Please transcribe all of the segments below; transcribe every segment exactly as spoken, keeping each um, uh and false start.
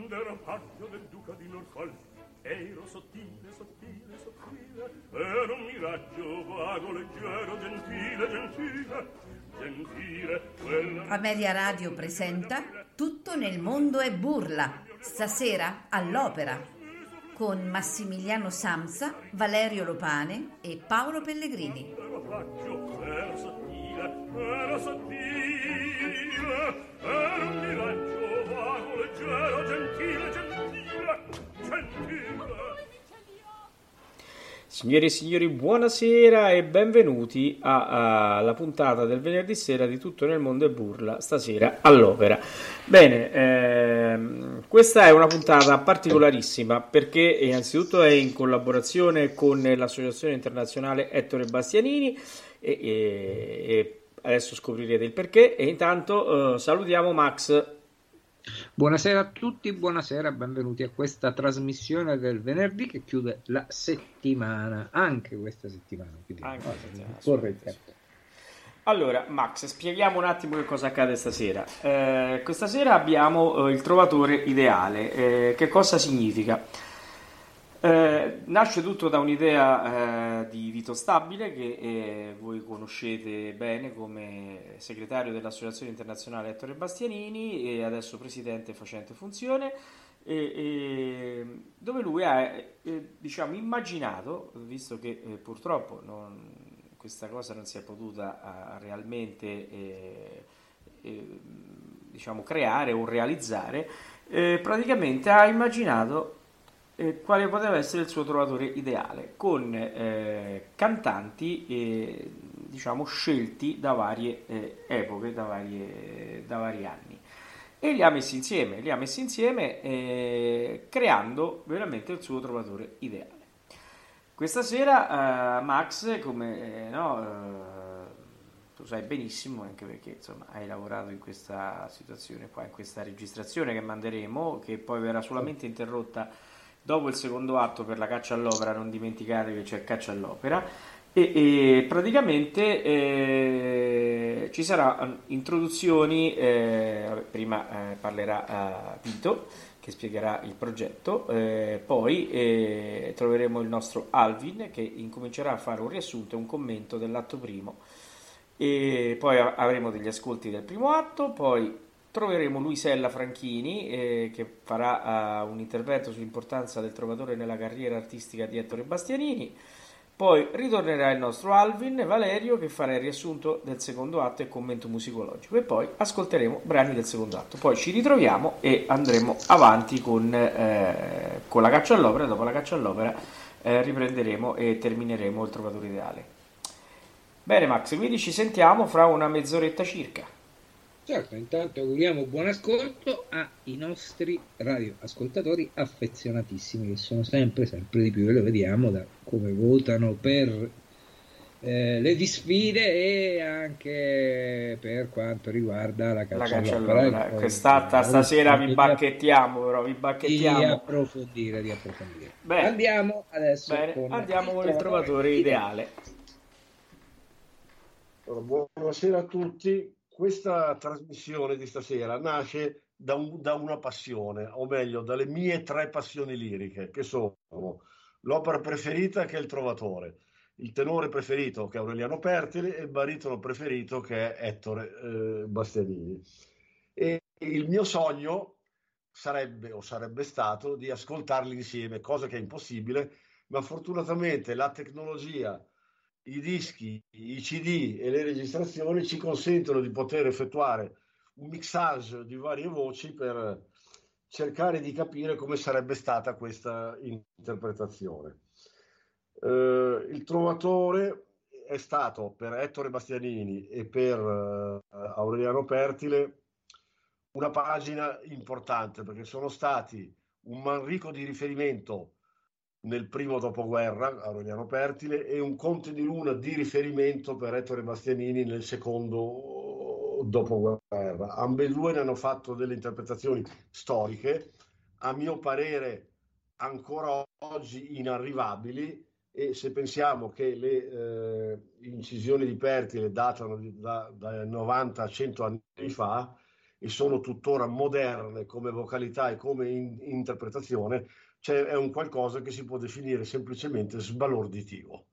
quand'ero paggio del duca di Norfolk, ero sottile, sottile, sottile, ero un miraggio vago, leggero, gentile, gentile, gentile. Quella... Amelia Radio presenta Tutto nel mondo è burla, stasera all'Opera, con Massimiliano Samsa, Valerio Lopane e Paolo Pellegrini. Ero paggio, ero sottile, ero sottile, ero un miraggio vago, leggero, gentile, gentile, gentile. Signore e signori, buonasera e benvenuti alla puntata del venerdì sera di Tutto nel mondo è burla, stasera all'Opera. Bene, ehm, questa è una puntata particolarissima perché innanzitutto è in collaborazione con l'associazione internazionale Ettore Bastianini e, e, e adesso scoprirete il perché. E intanto eh, salutiamo Max. Buonasera a tutti, buonasera, benvenuti a questa trasmissione del venerdì che chiude la settimana, anche questa settimana. Anche questa settimana, corretto. Allora, Max, spieghiamo un attimo che cosa accade stasera. Eh, questa sera abbiamo eh, il trovatore ideale. Eh, che cosa significa? Eh, nasce tutto da un'idea eh, di Vito Stabile che eh, voi conoscete bene come segretario dell'Associazione Internazionale Ettore Bastianini e adesso presidente facente funzione, e, e, dove lui ha eh, diciamo immaginato, visto che eh, purtroppo non, questa cosa non si è potuta uh, realmente eh, eh, diciamo creare o realizzare, eh, praticamente ha immaginato Eh, quale poteva essere il suo trovatore ideale, con eh, cantanti eh, diciamo scelti da varie eh, epoche, da, varie, da vari anni, e li ha messi insieme, li ha messi insieme eh, creando veramente il suo trovatore ideale. Questa sera eh, Max, come eh, no, eh, tu sai benissimo, anche perché insomma hai lavorato in questa situazione qua, in questa registrazione che manderemo, che poi verrà solamente interrotta dopo il secondo atto per la caccia all'opera. Non dimenticate che c'è caccia all'opera e, e praticamente eh, ci saranno introduzioni, eh, prima eh, parlerà eh, Vito che spiegherà il progetto, eh, poi eh, troveremo il nostro Alvin che incomincerà a fare un riassunto e un commento dell'atto primo, e poi avremo degli ascolti del primo atto, poi troveremo Luisella Franchini eh, che farà uh, un intervento sull'importanza del trovatore nella carriera artistica di Ettore Bastianini, poi ritornerà il nostro Alvin Valerio che farà il riassunto del secondo atto e commento musicologico, e poi ascolteremo brani del secondo atto, poi ci ritroviamo e andremo avanti con, eh, con la caccia all'opera. Dopo la caccia all'opera eh, riprenderemo e termineremo il trovatore ideale. Bene Max, quindi ci sentiamo fra una mezz'oretta circa. Certo, intanto auguriamo buon ascolto ai nostri radioascoltatori affezionatissimi, che sono sempre, sempre di più, e lo vediamo da come votano per eh, le disfide e anche per quanto riguarda la caccia, la caccia all'opera. all'opera. Quest'altra stasera vi bacchettiamo, però vi bacchettiamo. Di approfondire, di approfondire. Bene. Andiamo adesso Bene, con andiamo con il trovatore ideale. Allora, buonasera a tutti. Questa trasmissione di stasera nasce da, un, da una passione, o meglio, dalle mie tre passioni liriche, che sono l'opera preferita, che è il Trovatore, il tenore preferito, che è Aureliano Pertile, e il baritono preferito, che è Ettore eh, Bastianini. E il mio sogno sarebbe, o sarebbe stato, di ascoltarli insieme, cosa che è impossibile, ma fortunatamente la tecnologia, i dischi, i C D e le registrazioni ci consentono di poter effettuare un mixage di varie voci per cercare di capire come sarebbe stata questa interpretazione. Eh, il Trovatore è stato per Ettore Bastianini e per eh, Aureliano Pertile una pagina importante, perché sono stati un manrico di riferimento nel primo dopoguerra, Aureliano Pertile, e un Conte di Luna di riferimento per Ettore Bastianini nel secondo dopoguerra. Ambedue ne hanno fatto delle interpretazioni storiche, a mio parere ancora oggi inarrivabili, e se pensiamo che le eh, incisioni di Pertile datano da, da novanta a cento anni fa, e sono tuttora moderne come vocalità e come in- interpretazione, cioè è un qualcosa che si può definire semplicemente sbalorditivo.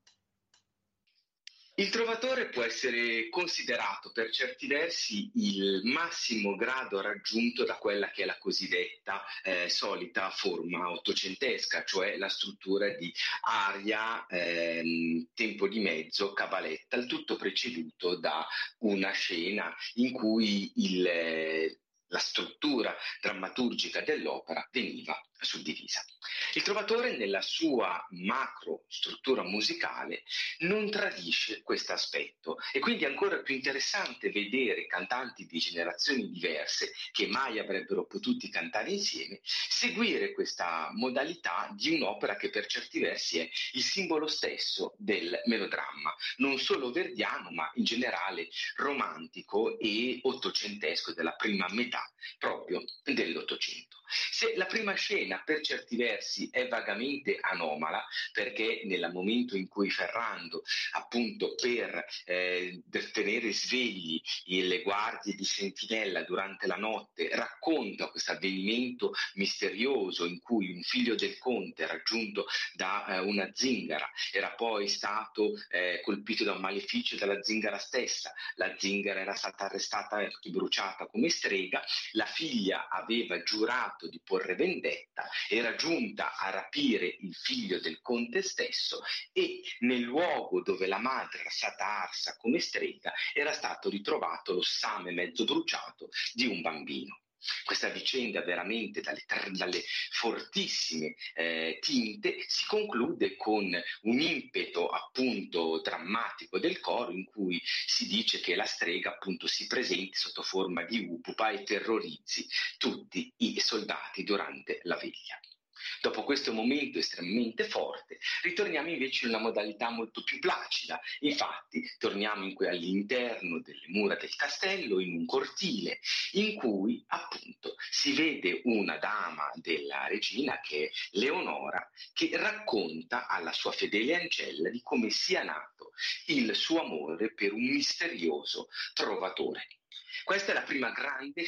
Il Trovatore può essere considerato per certi versi il massimo grado raggiunto da quella che è la cosiddetta eh, solita forma ottocentesca, cioè la struttura di aria, ehm, tempo di mezzo, cabaletta, il tutto preceduto da una scena in cui il, eh, la struttura drammaturgica dell'opera veniva suddivisa. Il Trovatore, nella sua macro struttura musicale, non tradisce questo aspetto, e quindi è ancora più interessante vedere cantanti di generazioni diverse che mai avrebbero potuto cantare insieme seguire questa modalità di un'opera che per certi versi è il simbolo stesso del melodramma, non solo verdiano ma in generale romantico e ottocentesco, della prima metà proprio dell'Ottocento. Se la prima scena per certi versi è vagamente anomala, perché nel momento in cui Ferrando, appunto per eh, tenere svegli le guardie di sentinella durante la notte, racconta questo avvenimento misterioso in cui un figlio del conte, raggiunto da eh, una zingara, era poi stato eh, colpito da un maleficio dalla zingara stessa, la zingara era stata arrestata e bruciata come strega, la figlia aveva giurato di porre vendetta, era giunta a rapire il figlio del conte stesso, e nel luogo dove la madre era stata arsa come strega era stato ritrovato lo same mezzo bruciato di un bambino. Questa vicenda, veramente dalle, dalle fortissime eh, tinte, si conclude con un impeto appunto drammatico del coro, in cui si dice che la strega appunto si presenti sotto forma di upupa e terrorizzi tutti i soldati durante la veglia. Dopo questo momento estremamente forte, ritorniamo invece in una modalità molto più placida. Infatti, torniamo in que- all'interno delle mura del castello, in un cortile, in cui appunto si vede una dama della regina, che è Leonora, che racconta alla sua fedele ancella di come sia nato il suo amore per un misterioso trovatore. Questa è la prima grande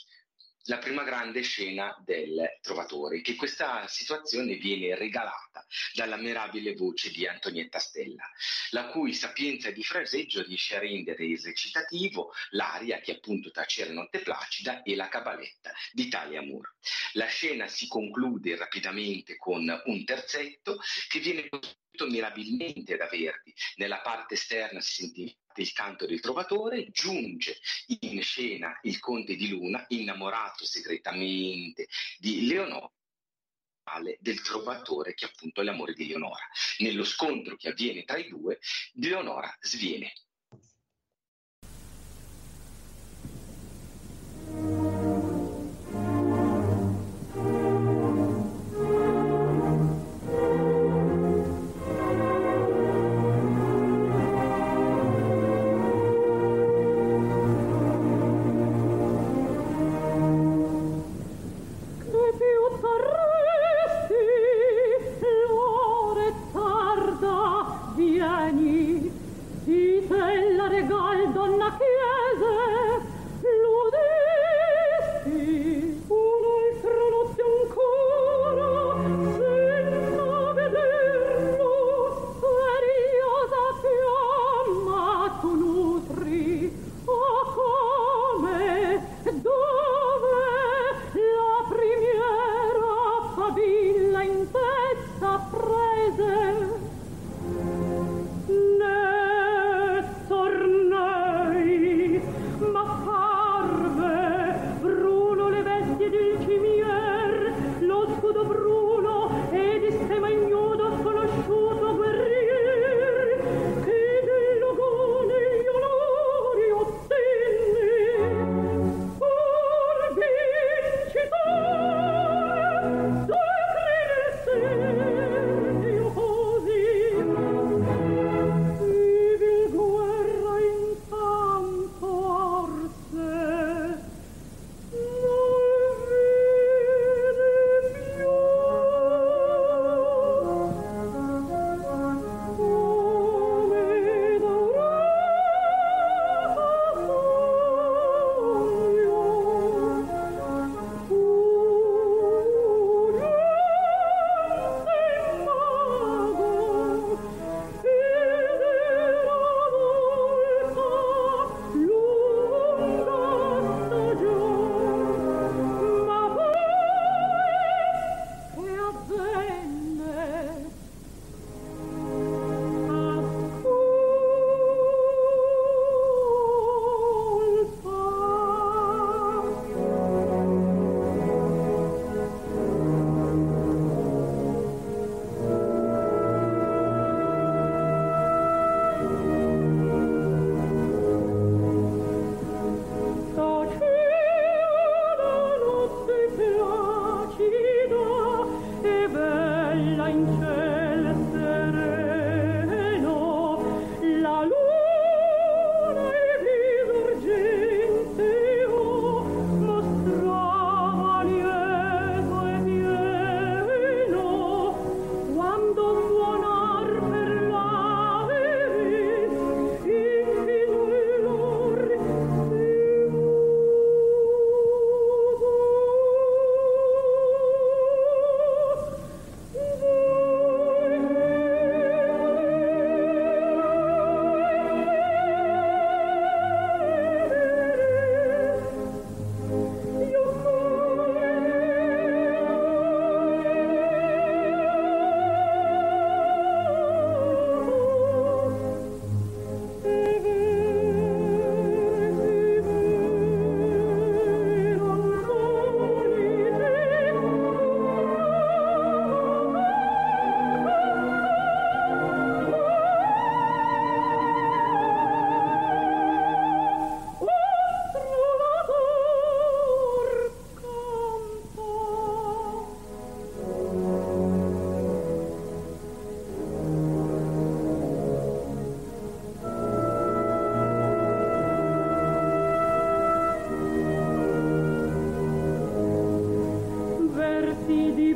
la prima grande scena del Trovatore, che questa situazione viene regalata dalla mirabile voce di Antonietta Stella, la cui sapienza di fraseggio riesce a rendere il recitativo l'aria che appunto taceva Notte placida e la cabaletta di Talia Moore. La scena si conclude rapidamente con un terzetto che viene costruito mirabilmente da Verdi. Nella parte esterna si sente il canto del Trovatore, giunge in scena il conte di Luna, innamorato segretamente di Leonora, del Trovatore, che appunto è l'amore di Leonora. Nello scontro che avviene tra i due, Leonora sviene. Vieni, di te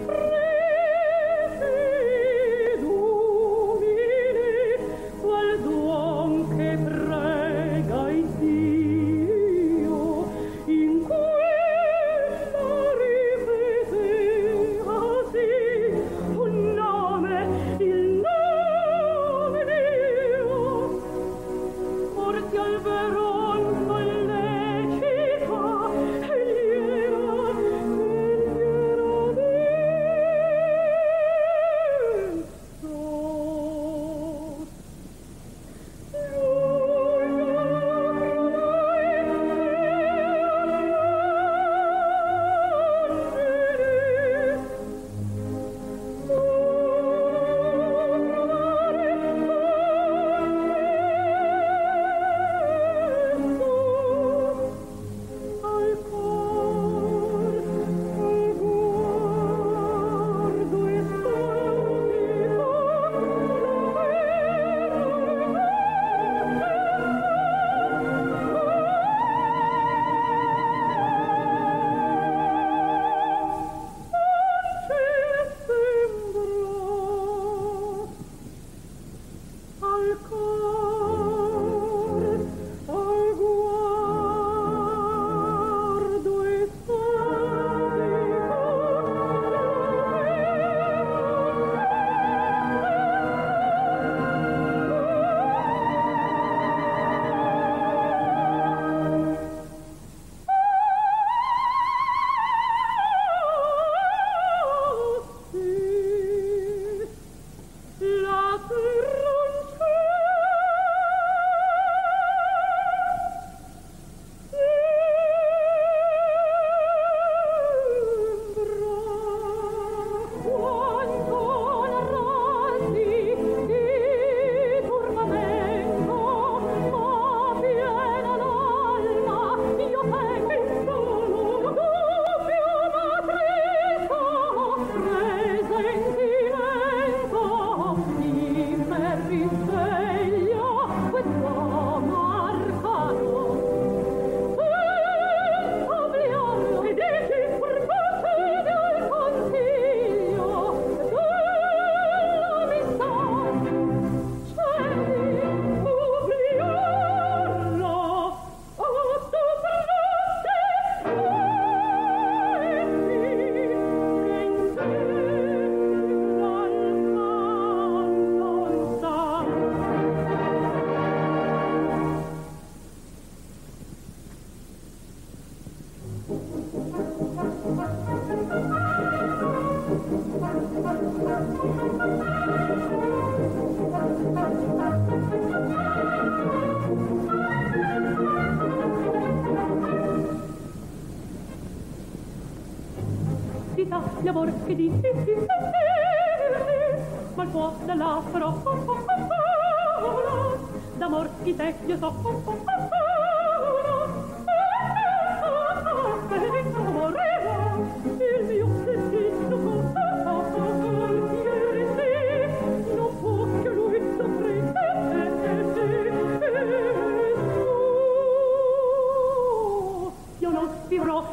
Gli amor che di ma il cuore della parola d'amor di te io so il mio destino non può che lui soffrire io non vivrò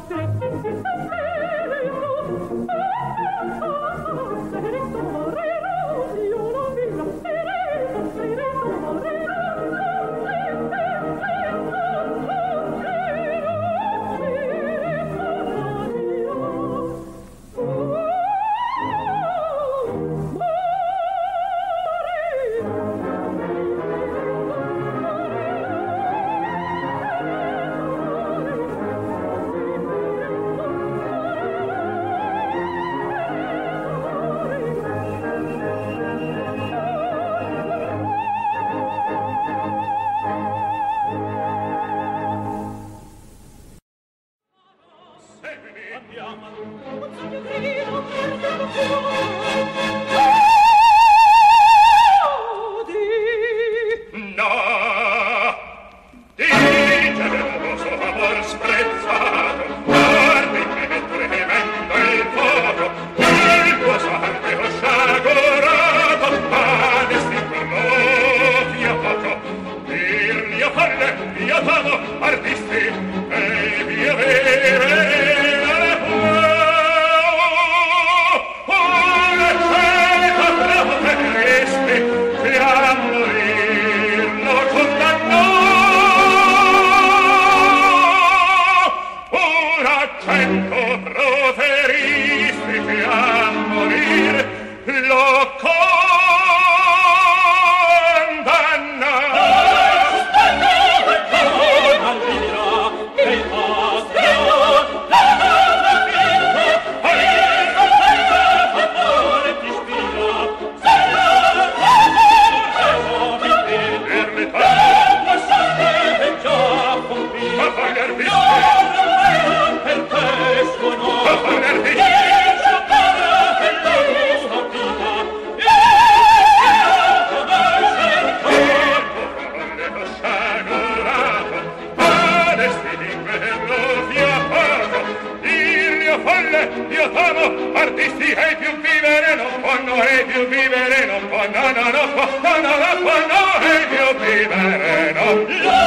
io t'amo, artisti e più vivere non fanno, e più vivere non fanno, no, no, no, no, no, no, fanno, e più vivere non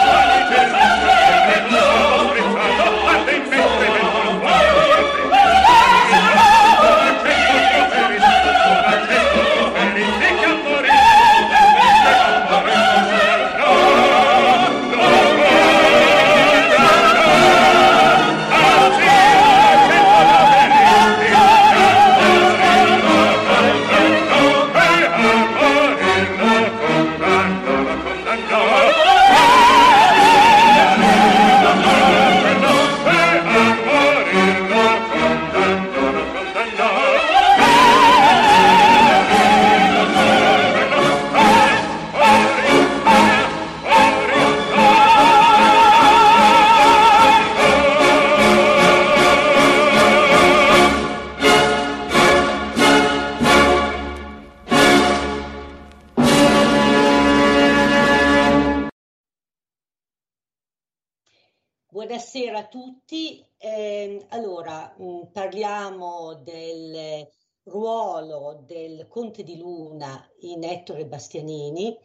Buonasera a tutti. Eh, allora, mh, parliamo del ruolo del Conte di Luna in Ettore Bastianini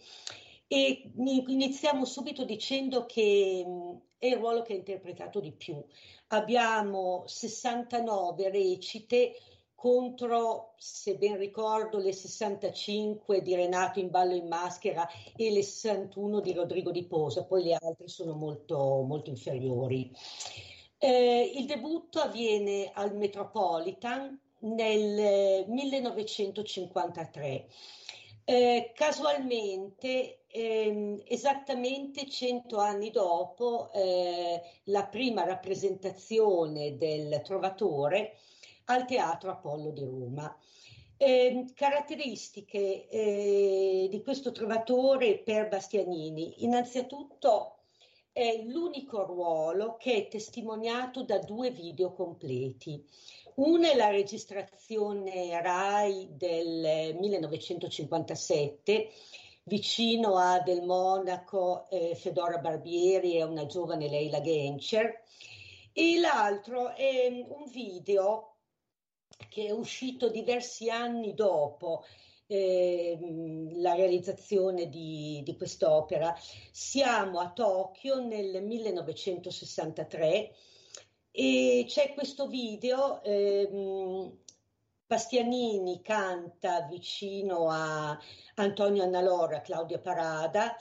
e iniziamo subito dicendo che mh, è il ruolo che ha interpretato di più. Abbiamo sessantanove recite contro, se ben ricordo, le sessantacinque di Renato in Ballo in Maschera e le sessantuno di Rodrigo di Posa, poi le altre sono molto, molto inferiori. Eh, il debutto avviene al Metropolitan nel millenovecentocinquantatré. Eh, casualmente, ehm, esattamente cento anni dopo eh, la prima rappresentazione del Trovatore al Teatro Apollo di Roma. Eh, caratteristiche eh, di questo Trovatore per Bastianini. Innanzitutto è l'unico ruolo che è testimoniato da due video completi. Una è la registrazione Rai del millenovecentocinquantasette, vicino a Del Monaco, eh, Fedora Barbieri e una giovane Leila Genscher, e l'altro è un video che è uscito diversi anni dopo eh, la realizzazione di, di quest'opera. Siamo a Tokyo nel millenovecentosessantatré e c'è questo video, ehm, Bastianini canta vicino a Antonio Annalora, Claudia Parada,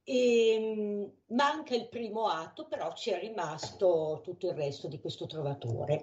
e manca il primo atto, però ci è rimasto tutto il resto di questo Trovatore.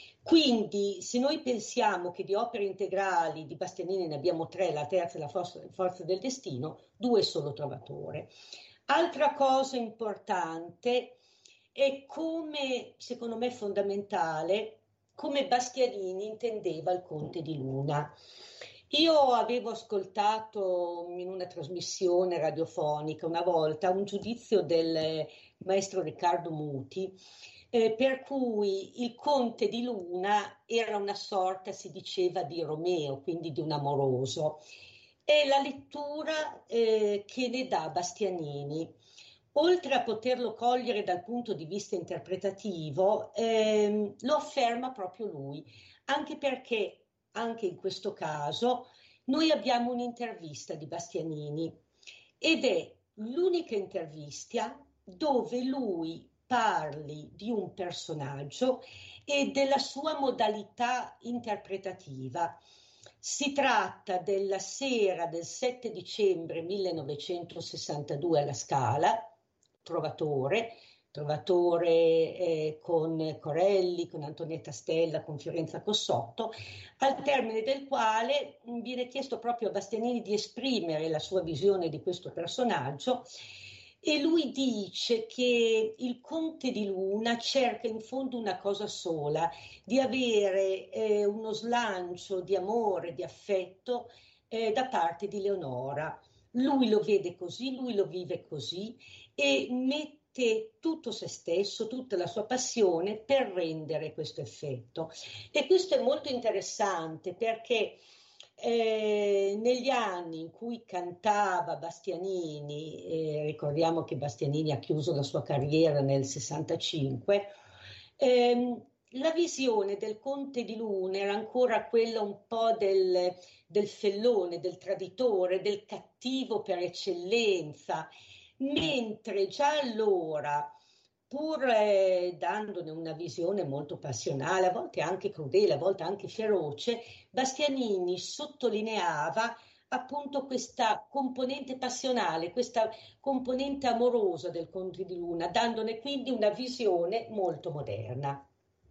Quindi se noi pensiamo che di opere integrali di Bastianini ne abbiamo tre, la terza è la forza, forza del destino, due solo Trovatore. Altra cosa importante è come, secondo me fondamentale, come Bastianini intendeva il Conte di Luna. Io avevo ascoltato in una trasmissione radiofonica una volta un giudizio del maestro Riccardo Muti, Eh, per cui il Conte di Luna era una sorta, si diceva, di Romeo, quindi di un amoroso. È la lettura eh, che ne dà Bastianini. Oltre a poterlo cogliere dal punto di vista interpretativo, ehm, lo afferma proprio lui, anche perché, anche in questo caso, noi abbiamo un'intervista di Bastianini ed è l'unica intervista dove lui parli di un personaggio e della sua modalità interpretativa. Si tratta della sera del sette dicembre millenovecentosessantadue alla Scala, Trovatore, Trovatore eh, con Corelli, con Antonietta Stella, con Fiorenza Cossotto, al termine del quale viene chiesto proprio a Bastianini di esprimere la sua visione di questo personaggio. E lui dice che il Conte di Luna cerca in fondo una cosa sola, di avere eh, uno slancio di amore, di affetto eh, da parte di Leonora. Lui lo vede così, lui lo vive così e mette tutto se stesso, tutta la sua passione per rendere questo effetto. E questo è molto interessante perché Eh, negli anni in cui cantava Bastianini, eh, ricordiamo che Bastianini ha chiuso la sua carriera nel sessantacinque, ehm, la visione del conte di Luna era ancora quella un po' del, del fellone, del traditore, del cattivo per eccellenza, mentre già allora, pur eh, dandone una visione molto passionale, a volte anche crudele, a volte anche feroce, Bastianini sottolineava appunto questa componente passionale, questa componente amorosa del conte di Luna, dandone quindi una visione molto moderna.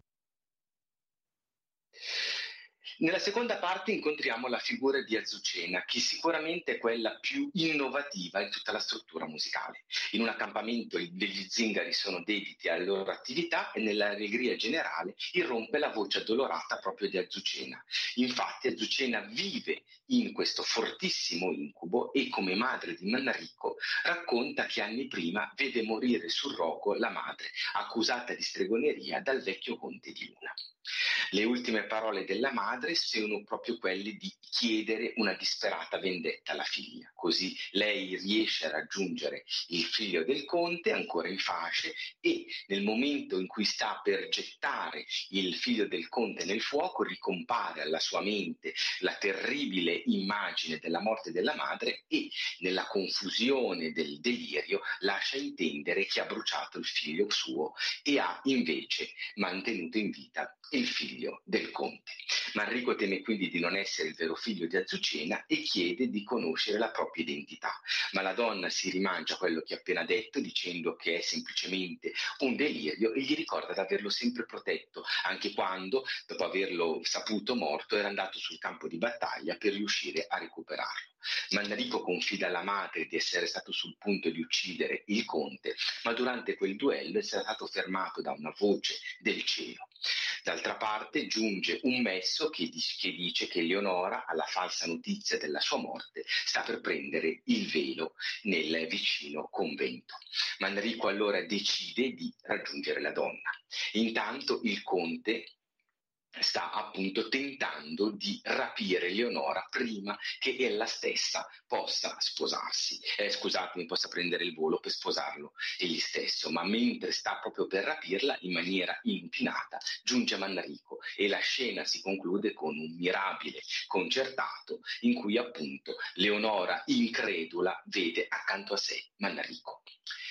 Nella seconda parte incontriamo la figura di Azucena, che sicuramente è quella più innovativa in tutta la struttura musicale. In un accampamento degli zingari sono dediti alle loro attività e nell'allegria generale irrompe la voce addolorata proprio di Azucena. Infatti Azucena vive in questo fortissimo incubo e, come madre di Manrico, racconta che anni prima vede morire sul rogo la madre, accusata di stregoneria dal vecchio conte di Luna. Le ultime parole della madre sono proprio quelle di chiedere una disperata vendetta alla figlia, così lei riesce a raggiungere il figlio del conte ancora in fasce e nel momento in cui sta per gettare il figlio del conte nel fuoco ricompare alla sua mente la terribile immagine della morte della madre e nella confusione del delirio lascia intendere che ha bruciato il figlio suo e ha invece mantenuto in vita il figlio del conte. Manrico teme quindi di non essere il vero figlio di Azucena e chiede di conoscere la propria identità, ma la donna si rimangia quello che ha appena detto dicendo che è semplicemente un delirio e gli ricorda di averlo sempre protetto, anche quando, dopo averlo saputo morto, era andato sul campo di battaglia per riuscire a recuperarlo. Manrico confida alla madre di essere stato sul punto di uccidere il conte, ma durante quel duello è stato fermato da una voce del cielo. D'altra parte giunge un messo che dice che Leonora, alla falsa notizia della sua morte, sta per prendere il velo nel vicino convento. Manrico allora decide di raggiungere la donna. Intanto il conte sta appunto tentando di rapire Leonora prima che ella stessa possa sposarsi, eh, scusatemi, possa prendere il volo per sposarlo egli stesso, ma mentre sta proprio per rapirla in maniera inopinata giunge Manrico e la scena si conclude con un mirabile concertato in cui appunto Leonora incredula vede accanto a sé Manrico.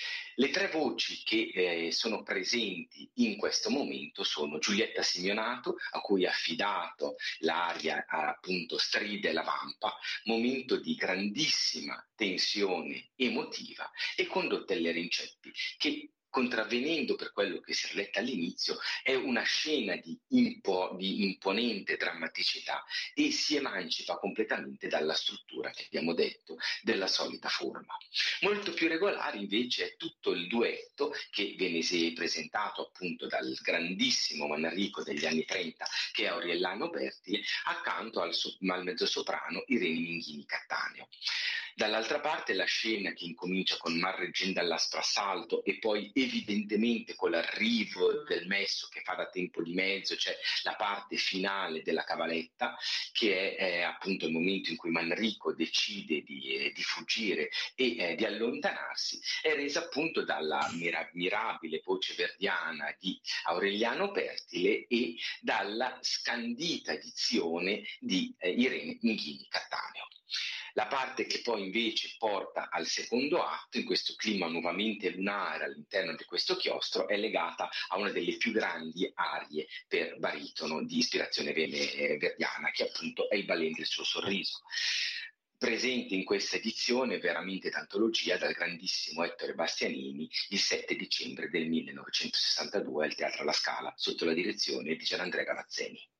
Le tre voci che eh, sono presenti in questo momento sono Giulietta Simeonato, a cui ha affidato l'aria appunto Stride la vampa, momento di grandissima tensione emotiva, e Condottelle Rinceppi, che contravvenendo per quello che si è letta all'inizio, è una scena di, impo- di imponente drammaticità e si emancipa completamente dalla struttura, che abbiamo detto, della solita forma. Molto più regolare invece è tutto il duetto che viene presentato appunto dal grandissimo Manrico degli anni trenta, che è Aureliano Bertile, accanto al, so- al mezzosoprano Irene Minghini Cattaneo. Dall'altra parte la scena che incomincia con Marreggenda all'asprasalto e poi evidentemente con l'arrivo del messo che fa da tempo di mezzo, cioè la parte finale della cavaletta, che è eh, appunto il momento in cui Manrico decide di, eh, di fuggire e eh, di allontanarsi, è resa appunto dalla mira- mirabile voce verdiana di Aureliano Bertile e dalla scandita dizione di eh, Irene Minghini Cattaneo. La parte che poi invece porta al secondo atto, in questo clima nuovamente lunare all'interno di questo chiostro, è legata a una delle più grandi arie per baritono di ispirazione verdiana, che appunto è il Balen del suo sorriso. Presente in questa edizione veramente d'antologia dal grandissimo Ettore Bastianini il sette dicembre del millenovecentosessantadue al Teatro La Scala, sotto la direzione di Gianandrea Gavazzeni.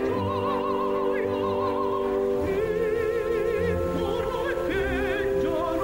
Già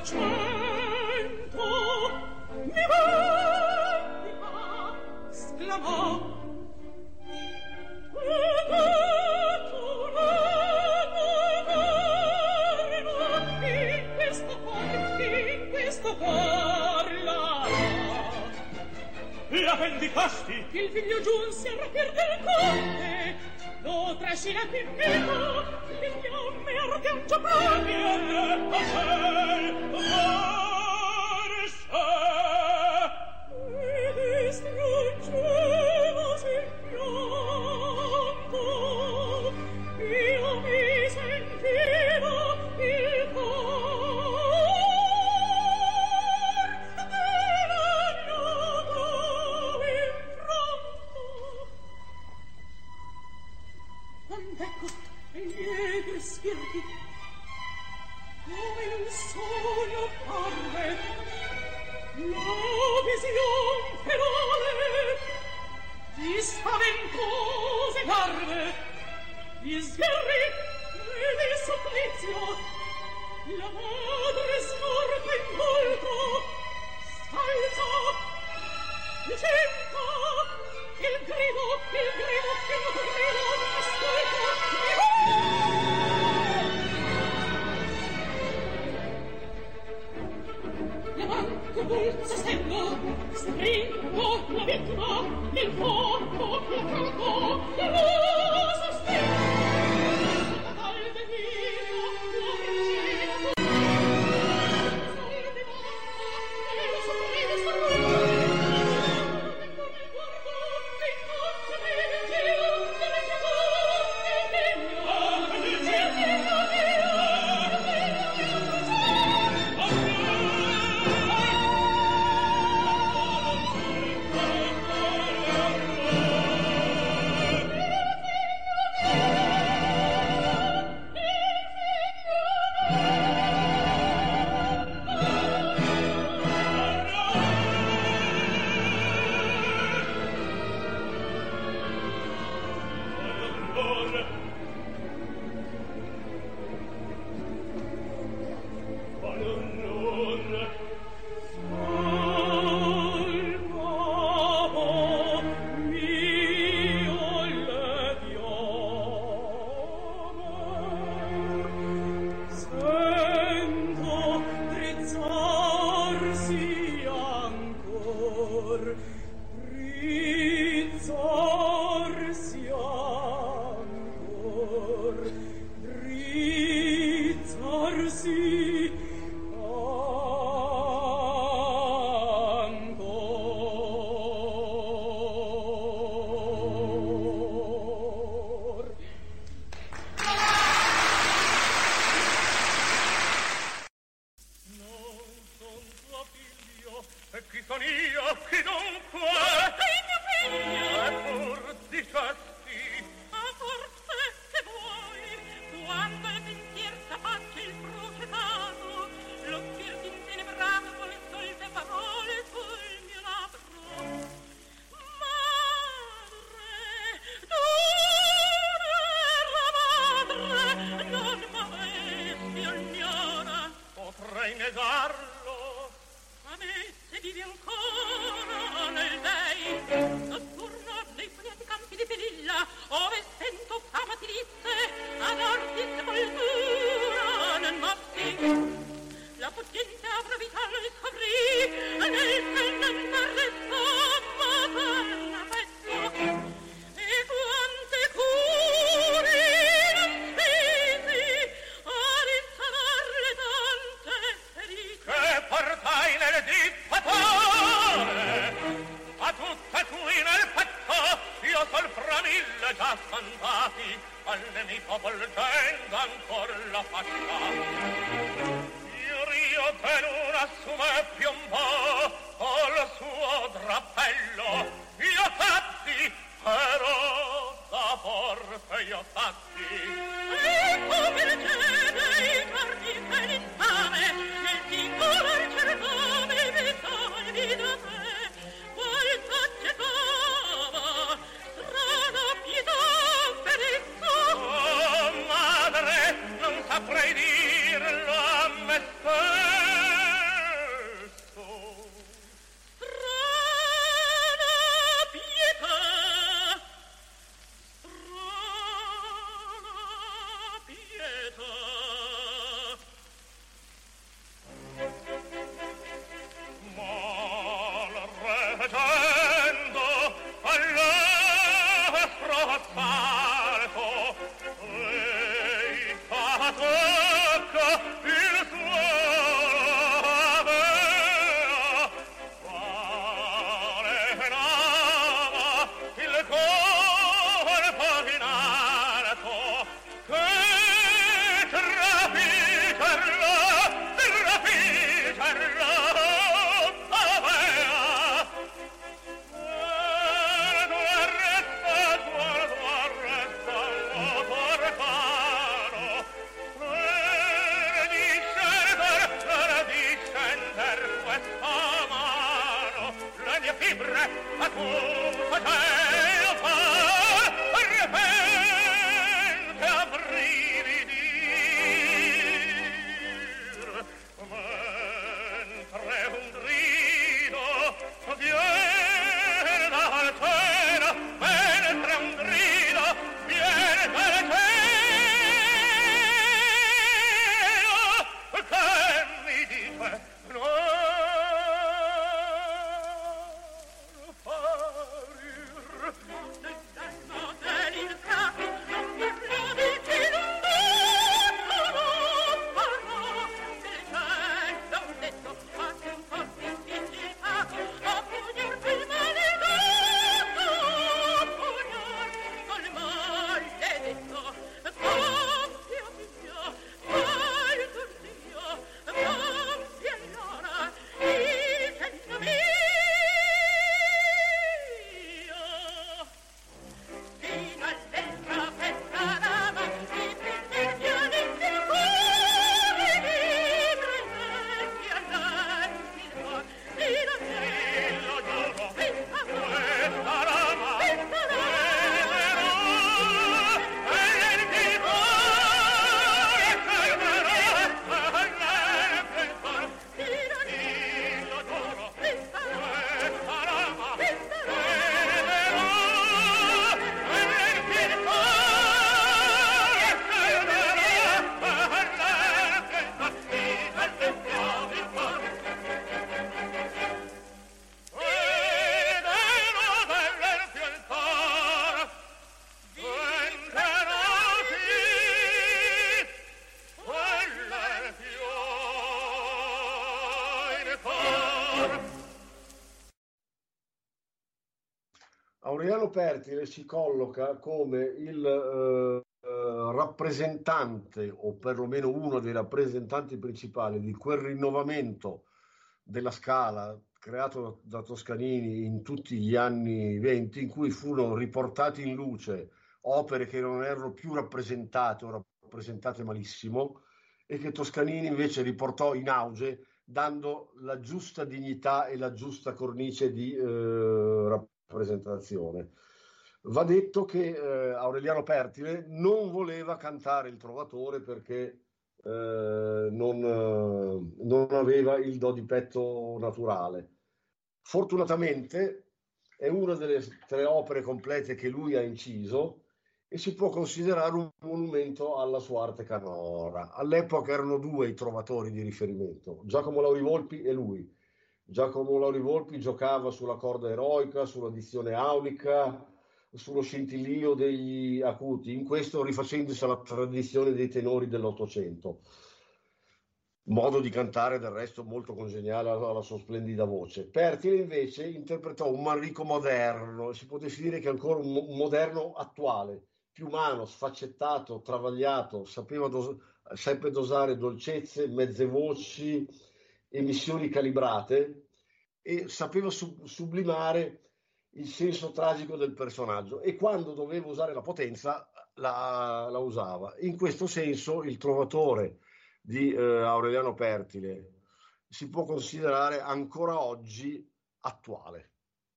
cento mi vendica, sclamò e detto l'eterno in questo cor, in questo cor la la vendicasti? Il figlio giunse a rapir del conte, lo trascina qui vivo, le fiamme ardiangia proprio. E detto forse E distruggevasi il pianto, io mi sentivo il cor dilaniato infranto. Quand'ecco lieti spiriti come in un sogno apparve la vision ferale di spaventose garbe, di sgherri e di supplizio. La madre scorta in volto scalza, licenza, il grido, il grido, il grido, ascolta, la manco volto sostengo, stringo la vittima, il fuoco, la canto, lo sostengo. Al venire, lo vincito, salve basta, e lo sorride sorride. Con il guardo, che incoccia me, che onde me che onde mio, che mio, saprei dirlo a me stesso. Aureliano Pertile si colloca come il eh, rappresentante, o perlomeno uno dei rappresentanti principali di quel rinnovamento della Scala creato da Toscanini in tutti gli anni venti, in cui furono riportate in luce opere che non erano più rappresentate o rappresentate malissimo, e che Toscanini invece riportò in auge, dando la giusta dignità e la giusta cornice di eh, rappresentazione. Va detto che eh, Aureliano Pertile non voleva cantare il Trovatore perché eh, non, eh, non aveva il do di petto naturale. Fortunatamente è una delle tre opere complete che lui ha inciso e si può considerare un monumento alla sua arte canora. All'epoca erano due i trovatori di riferimento, Giacomo Laurivolpi e lui. Giacomo Laurivolpi giocava sulla corda eroica, sulla dizione aulica, sullo scintillio degli acuti, in questo rifacendosi alla tradizione dei tenori dell'Ottocento. Modo di cantare del resto molto congeniale alla sua splendida voce. Pertile invece interpretò un Manrico moderno, si può definire che è ancora un moderno attuale, più umano, sfaccettato, travagliato, sapeva dos- seppe dosare dolcezze, mezze voci, emissioni calibrate, e sapeva sub- sublimare il senso tragico del personaggio, e quando doveva usare la potenza la, la usava. In questo senso il Trovatore di eh, Aureliano Pertile si può considerare ancora oggi attuale.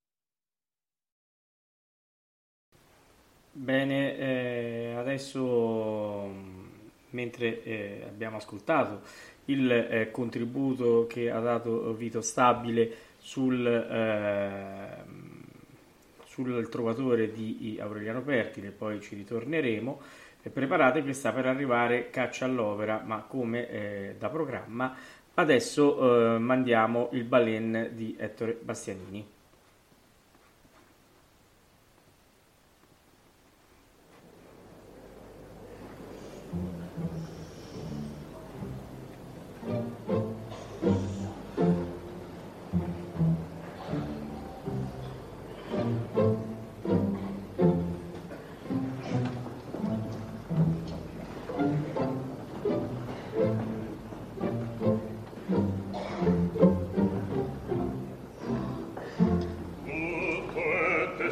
Bene, eh, adesso mentre eh, abbiamo ascoltato il eh, contributo che ha dato Vito Stabile sul, eh, sul Trovatore di Aureliano Pertile, poi ci ritorneremo, eh, preparate che sta per arrivare Caccia all'Opera, ma come eh, da programma. Adesso eh, mandiamo il Balen di Ettore Bastianini.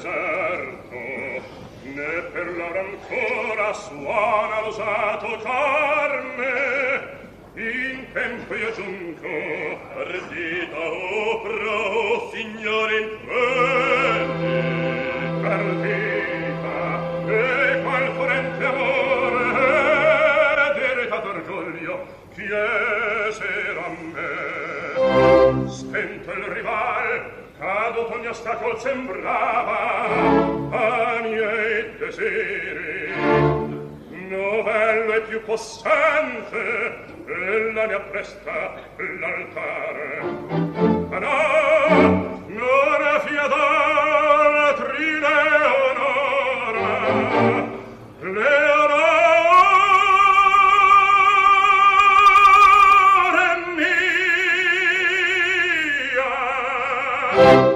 deserto, né per l'ora ancora suona l'usato carne. In tempo io giunco, ardita opra, o signore in pelle, partita, e qual forente amore, deritato orgoglio, chiesero a me. Stento il rival, caduto ogni ostacolo sembrava a miei desiri. Novello e più possente, ella ne appresta l'altare. Ma no, non è fia d'altri Leonora, Leonora mia.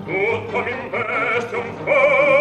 tutto mi investe un fuoco.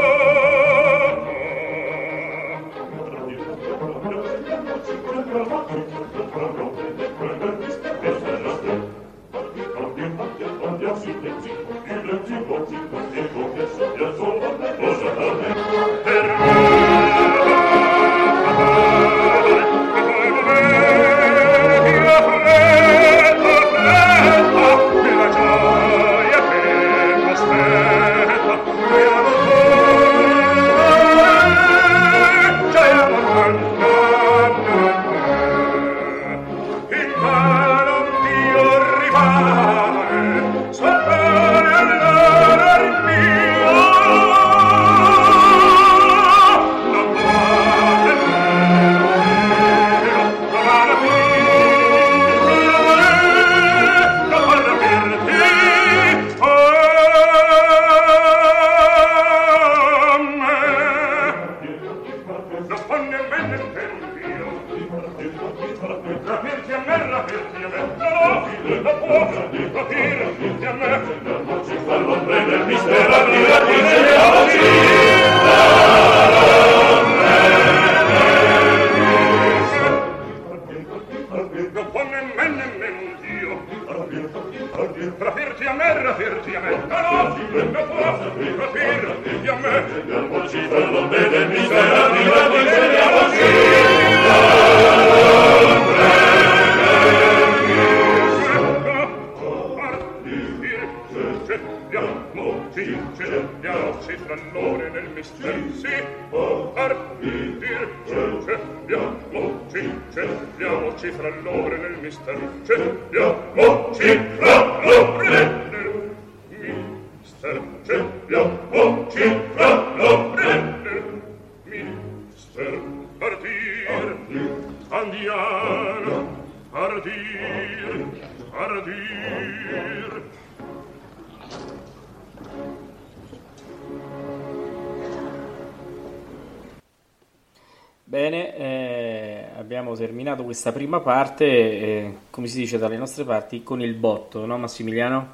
Bene, eh, abbiamo terminato questa prima parte, eh, come si dice dalle nostre parti, con il botto, no Massimiliano?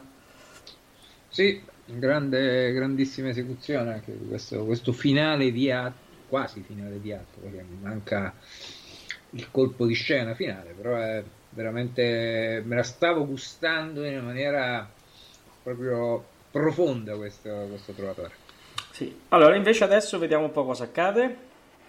Sì, grande, grandissima esecuzione anche questo, questo finale di atto, quasi finale di atto, perché manca il colpo di scena finale, però è veramente, me la stavo gustando in una maniera proprio profonda questo, questo Trovatore. Sì, allora invece adesso vediamo un po' cosa accade.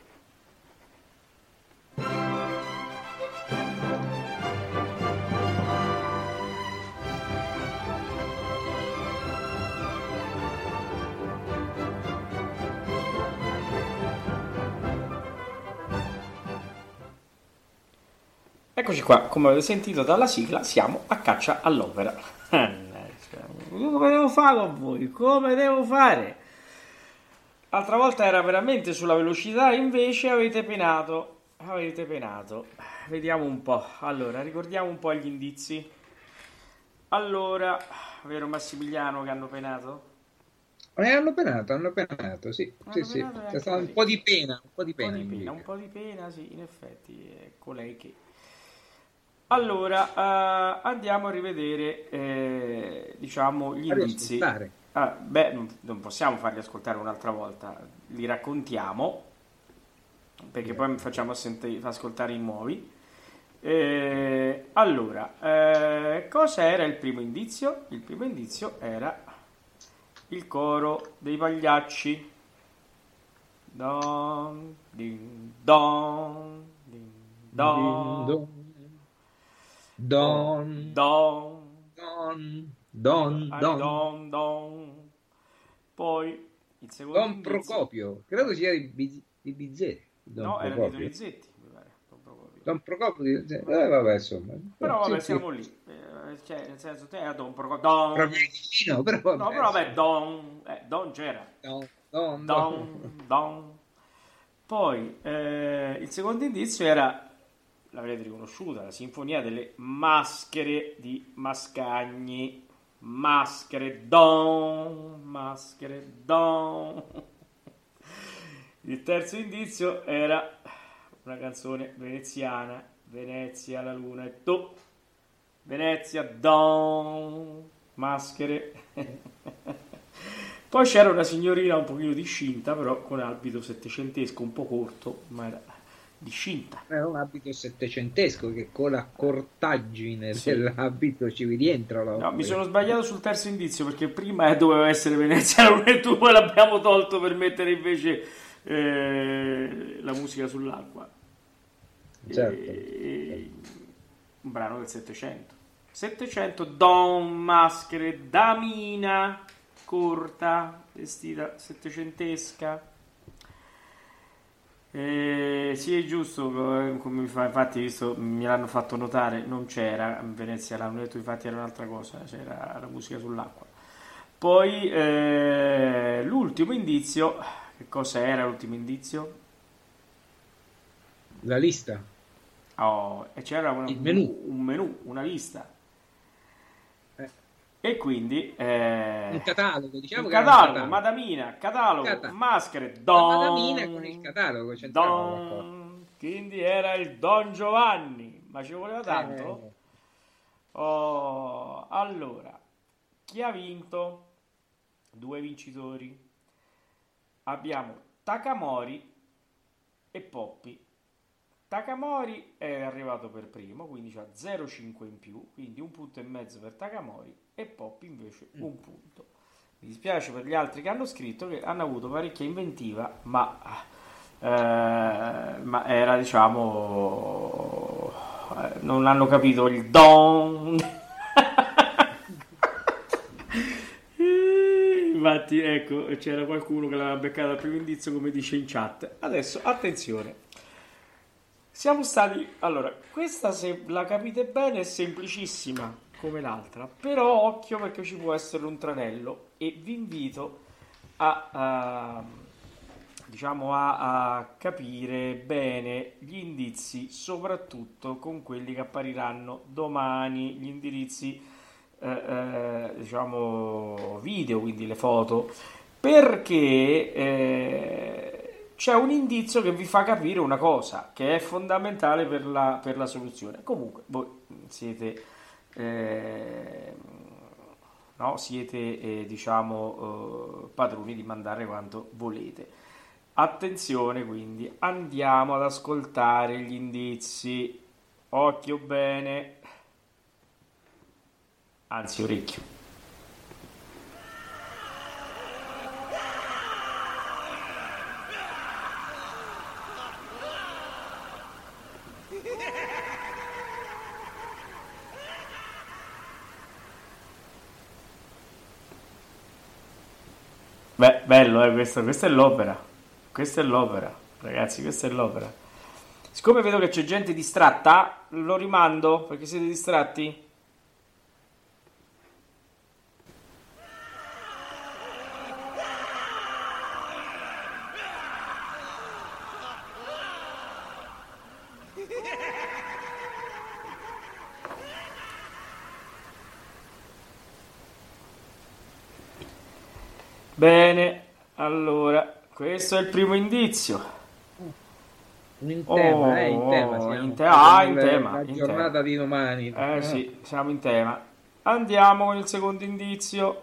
Eccoci qua, come avete sentito dalla sigla, siamo a Caccia all'Opera. Come devo fare con voi? Come devo fare? L'altra volta era veramente sulla velocità, invece avete penato. Avete penato. Vediamo un po'. Allora, ricordiamo un po' gli indizi. Allora, vero Massimiliano che hanno penato? Eh, hanno penato, hanno penato, sì. Hanno sì, sì. penato C'è stato un po' di pena, un po' di pena. Un po' di in pena, Liga. un po' di pena, sì, in effetti, è colei che... Allora, eh, andiamo a rivedere, eh, diciamo, gli Farli indizi. ascoltare. Ah, beh, non, non possiamo farli ascoltare un'altra volta, li raccontiamo, perché poi facciamo senti- ascoltare i nuovi. Eh, allora, eh, cosa era il primo indizio? Il primo indizio era il coro dei pagliacci. Don, din, don, din, don. Don, Don, Don, Don, ah, Don, don, don. Poi il secondo Don indizio. Procopio, credo sia di, Biz- di Bizzetti. Don No, era di Procopio. Donizetti, mi pare, Don Procopio. Don Procopio di Bizzetti. Eh, vabbè, insomma. Però Sì, vabbè, sì. siamo lì. Eh, cioè, nel senso, te era Don Procopio. Don. Proprio vicino, però vabbè. No, però vabbè, Don. Eh, Don c'era. Don, Don, Don. Don, Don. Poi eh, il secondo indizio era, l'avrete riconosciuta, la sinfonia delle maschere di Mascagni. Maschere, Don, maschere, Don. Il terzo indizio era una canzone veneziana, Venezia, la luna e tu. Venezia, Don, maschere. Poi c'era una signorina un pochino discinta, però con abito settecentesco, un po' corto, ma era discinta. Era un abito settecentesco che con la cortaggine Sì. dell'abito ci rientra l'opera. No, mi sono sbagliato sul terzo indizio perché prima eh, doveva essere Venezia la Lunetù, poi l'abbiamo tolto per mettere invece eh, la musica sull'acqua. Certo. E- un brano del Settecento. Settecento, Don, maschere, damina, corta, vestita settecentesca. Eh, sì, è giusto, eh, come mi fa, infatti, visto, me l'hanno fatto notare, non c'era in Venezia la Lunetto, infatti era un'altra cosa, c'era la musica sull'acqua. Poi eh, l'ultimo indizio, che cosa era l'ultimo indizio? La lista. Oh, e c'era una- Il menù. un menù, una lista. Eh. E quindi eh, Un catalogo, diciamo un che era un catalogo, catalogo. madamina, catalogo, Cata- maschere, La don, madamina con il catalogo, c'entrava qualcosa. don, quindi era il Don Giovanni, ma ci voleva tanto? Eh, Oh, allora, chi ha vinto? Due vincitori. Abbiamo Takamori e Poppi. Takamori è arrivato per primo, quindi c'ha zero virgola cinque in più, quindi un punto e mezzo per Takamori e Poppi invece un punto. Mi dispiace per gli altri che hanno scritto, che hanno avuto parecchia inventiva, ma, eh, ma era, diciamo, eh, non hanno capito il don. Infatti, ecco, c'era qualcuno che l'aveva beccata al primo indizio, come dice in chat. Adesso, attenzione. Siamo stati... Allora, questa, se la capite bene, è semplicissima come l'altra, però occhio perché ci può essere un tranello e vi invito a, a, diciamo, a, a capire bene gli indizi, soprattutto con quelli che appariranno domani, gli indirizzi, eh, eh, diciamo, video, quindi le foto, perché... Eh, c'è un indizio che vi fa capire una cosa che è fondamentale per la, per la soluzione. Comunque, voi siete, eh, no, siete eh, diciamo, eh, padroni di mandare quanto volete. Attenzione, quindi, andiamo ad ascoltare gli indizi. Occhio bene, anzi orecchio. Beh, bello, eh, questo, questa è l'opera. Questa è l'opera, ragazzi, questa è l'opera. Siccome vedo che c'è gente distratta, lo rimando perché siete distratti. Bene, allora, questo è il primo indizio. in tema, Oh, eh, in tema, oh, siamo. in te- ah, in La- tema, la in giornata tema. di domani. Eh sì, siamo in tema. Andiamo con il secondo indizio.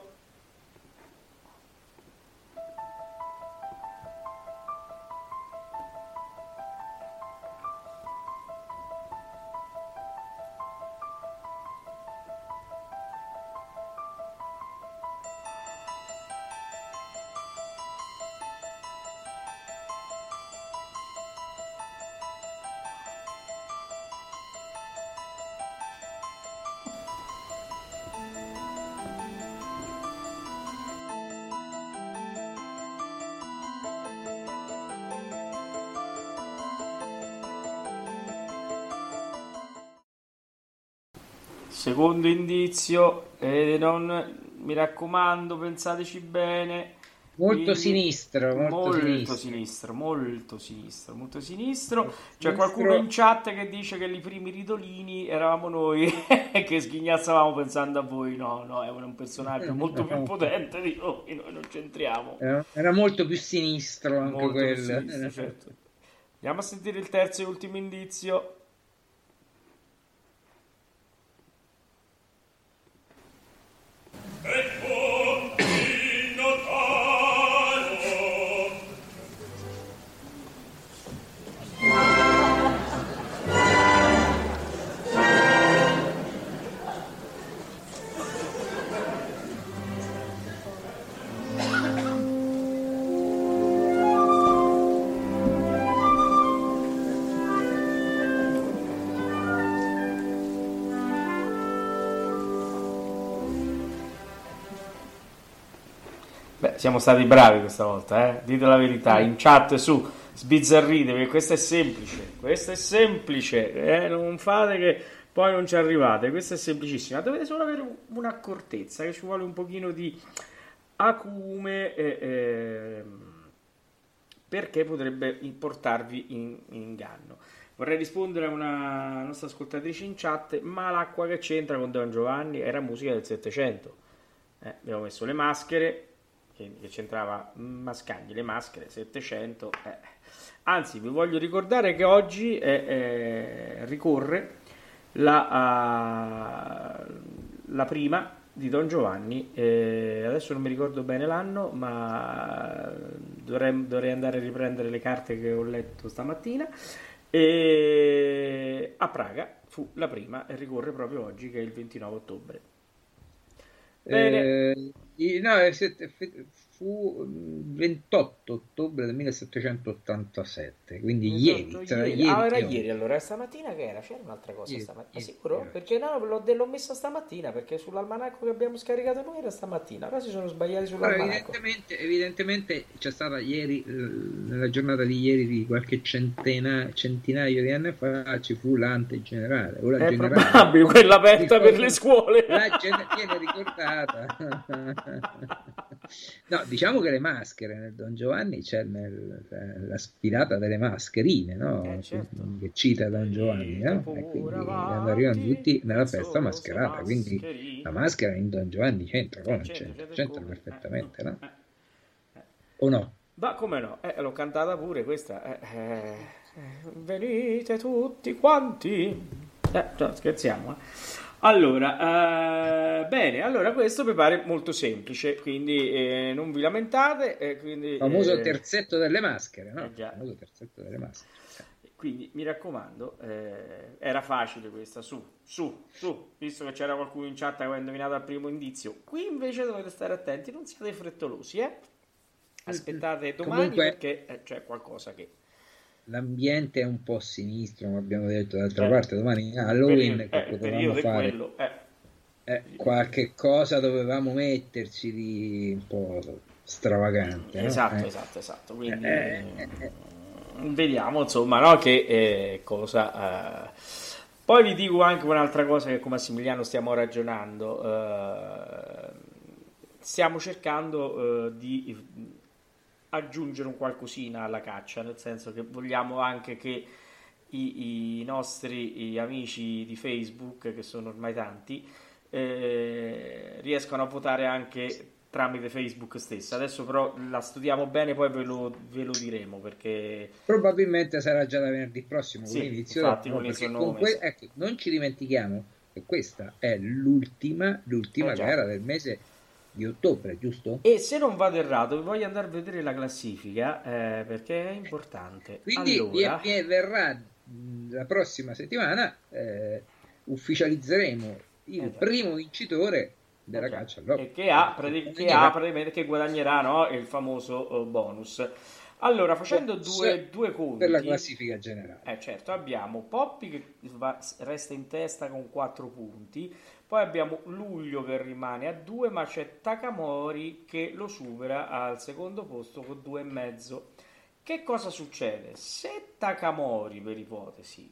Secondo indizio, e non, mi raccomando, pensateci bene. Molto Quindi, sinistro, molto, molto sinistro. sinistro, molto sinistro, molto sinistro. C'è Sinistro. qualcuno in chat che dice che i primi ridolini eravamo noi che sghignazzavamo pensando a voi. No, no, è un personaggio molto più potente di noi, noi non c'entriamo. Era, era molto più sinistro anche Molto più quello. sinistro, certo. Andiamo a sentire il terzo e ultimo indizio. Ecco il notaio Beh, siamo stati bravi questa volta, eh? Dite la verità, in chat su, sbizzarrite, perché questo è semplice, questo è semplice, eh? Non fate che poi non ci arrivate, questo è semplicissimo, dovete solo avere un'accortezza, che ci vuole un pochino di acume, eh, eh, perché potrebbe portarvi in, in inganno. Vorrei rispondere a una nostra ascoltatrice in chat, ma l'acqua che c'entra con Don Giovanni era musica del Settecento. Eh, abbiamo messo le maschere, che, che c'entrava Mascagni, le maschere, Settecento. Eh. Anzi, vi voglio ricordare che oggi eh, eh, ricorre la, uh, la prima di Don Giovanni, eh, adesso non mi ricordo bene l'anno, ma dovrei, dovrei andare a riprendere le carte che ho letto stamattina. E a Praga fu la prima e ricorre proprio oggi, che è il ventinove ottobre. Bene. Eh, no, fu ventotto ottobre del millesettecentottantasette, quindi esatto, ieri, tra ieri. ieri Ah, era e oggi. ieri, allora stamattina che era? C'era un'altra cosa Ieri, stamattina, ieri, sicuro? ieri. Perché no, l'ho, l'ho messa stamattina, perché sull'almanacco che abbiamo scaricato noi era stamattina, ora si sono sbagliati Allora, sull'almanacco. evidentemente, evidentemente c'è stata ieri, eh, nella giornata di ieri, di qualche centena, centinaio di anni fa, ci fu l'ante generale, o la È generale. probabile, quella aperta per le scuole. La gen- viene ricordata. No, diciamo che le maschere nel Don Giovanni c'è nel, la sfilata delle mascherine, no? Eh, certo. Che cita Don Giovanni, no? E quindi arrivano tutti nella festa mascherata, quindi la maschera in Don Giovanni c'entra, come non c'entra? C'entra perfettamente, no? O no? Ma come no? Eh, l'ho cantata pure questa. Eh, eh, venite tutti quanti. Eh, no, scherziamo, eh. Allora, eh, bene, allora questo mi pare molto semplice, quindi eh, non vi lamentate. Eh, quindi, Il famoso eh, terzetto delle maschere, no? eh, già. Il famoso terzetto delle maschere. Quindi mi raccomando, eh, era facile questa, su, su, su, visto che c'era qualcuno in chat che aveva indovinato al primo indizio. Qui invece dovete stare attenti, non siate frettolosi, eh? Aspettate domani. Comunque, perché eh, c'è qualcosa che... L'ambiente è un po' sinistro, come abbiamo detto, d'altra Eh, parte domani Halloween, periodo, che eh, potevamo periodo è fare quello, eh. eh, qualche cosa dovevamo metterci di un po' stravagante, no? Esatto, Eh. esatto, esatto. Quindi Eh, eh, eh. vediamo insomma, no, che eh, cosa. eh. Poi vi dico anche un'altra cosa che con Massimiliano stiamo ragionando. eh, stiamo cercando eh, di aggiungere un qualcosina alla caccia, nel senso che vogliamo anche che i, i nostri i amici di Facebook, che sono ormai tanti, eh, riescano a votare anche tramite Facebook stessa. Adesso però la studiamo bene, poi ve lo, ve lo diremo, perché Probabilmente sarà già da venerdì prossimo sì, con l'inizio, infatti, no? con l'inizio Perché del nuovo comunque, mese. ecco, non ci dimentichiamo che questa è l'ultima, l'ultima Eh già. gara del mese di ottobre, giusto? E se non vado errato, vi voglio andare a vedere la classifica, eh, perché è importante. Quindi Allora, vi, vi verrà mh, la prossima settimana, eh, ufficializzeremo il Eh già. primo vincitore della eh già, caccia all'occhio. e che ha, prati- che ha praticamente che guadagnerà, no, il famoso eh, bonus. Allora, facendo due, due conti per la classifica generale. Eh certo, abbiamo Poppy che va- resta in testa con quattro punti, poi abbiamo Luglio che rimane a due, ma c'è Takamori che lo supera al secondo posto con due e mezzo. Che cosa succede? Se Takamori, per ipotesi,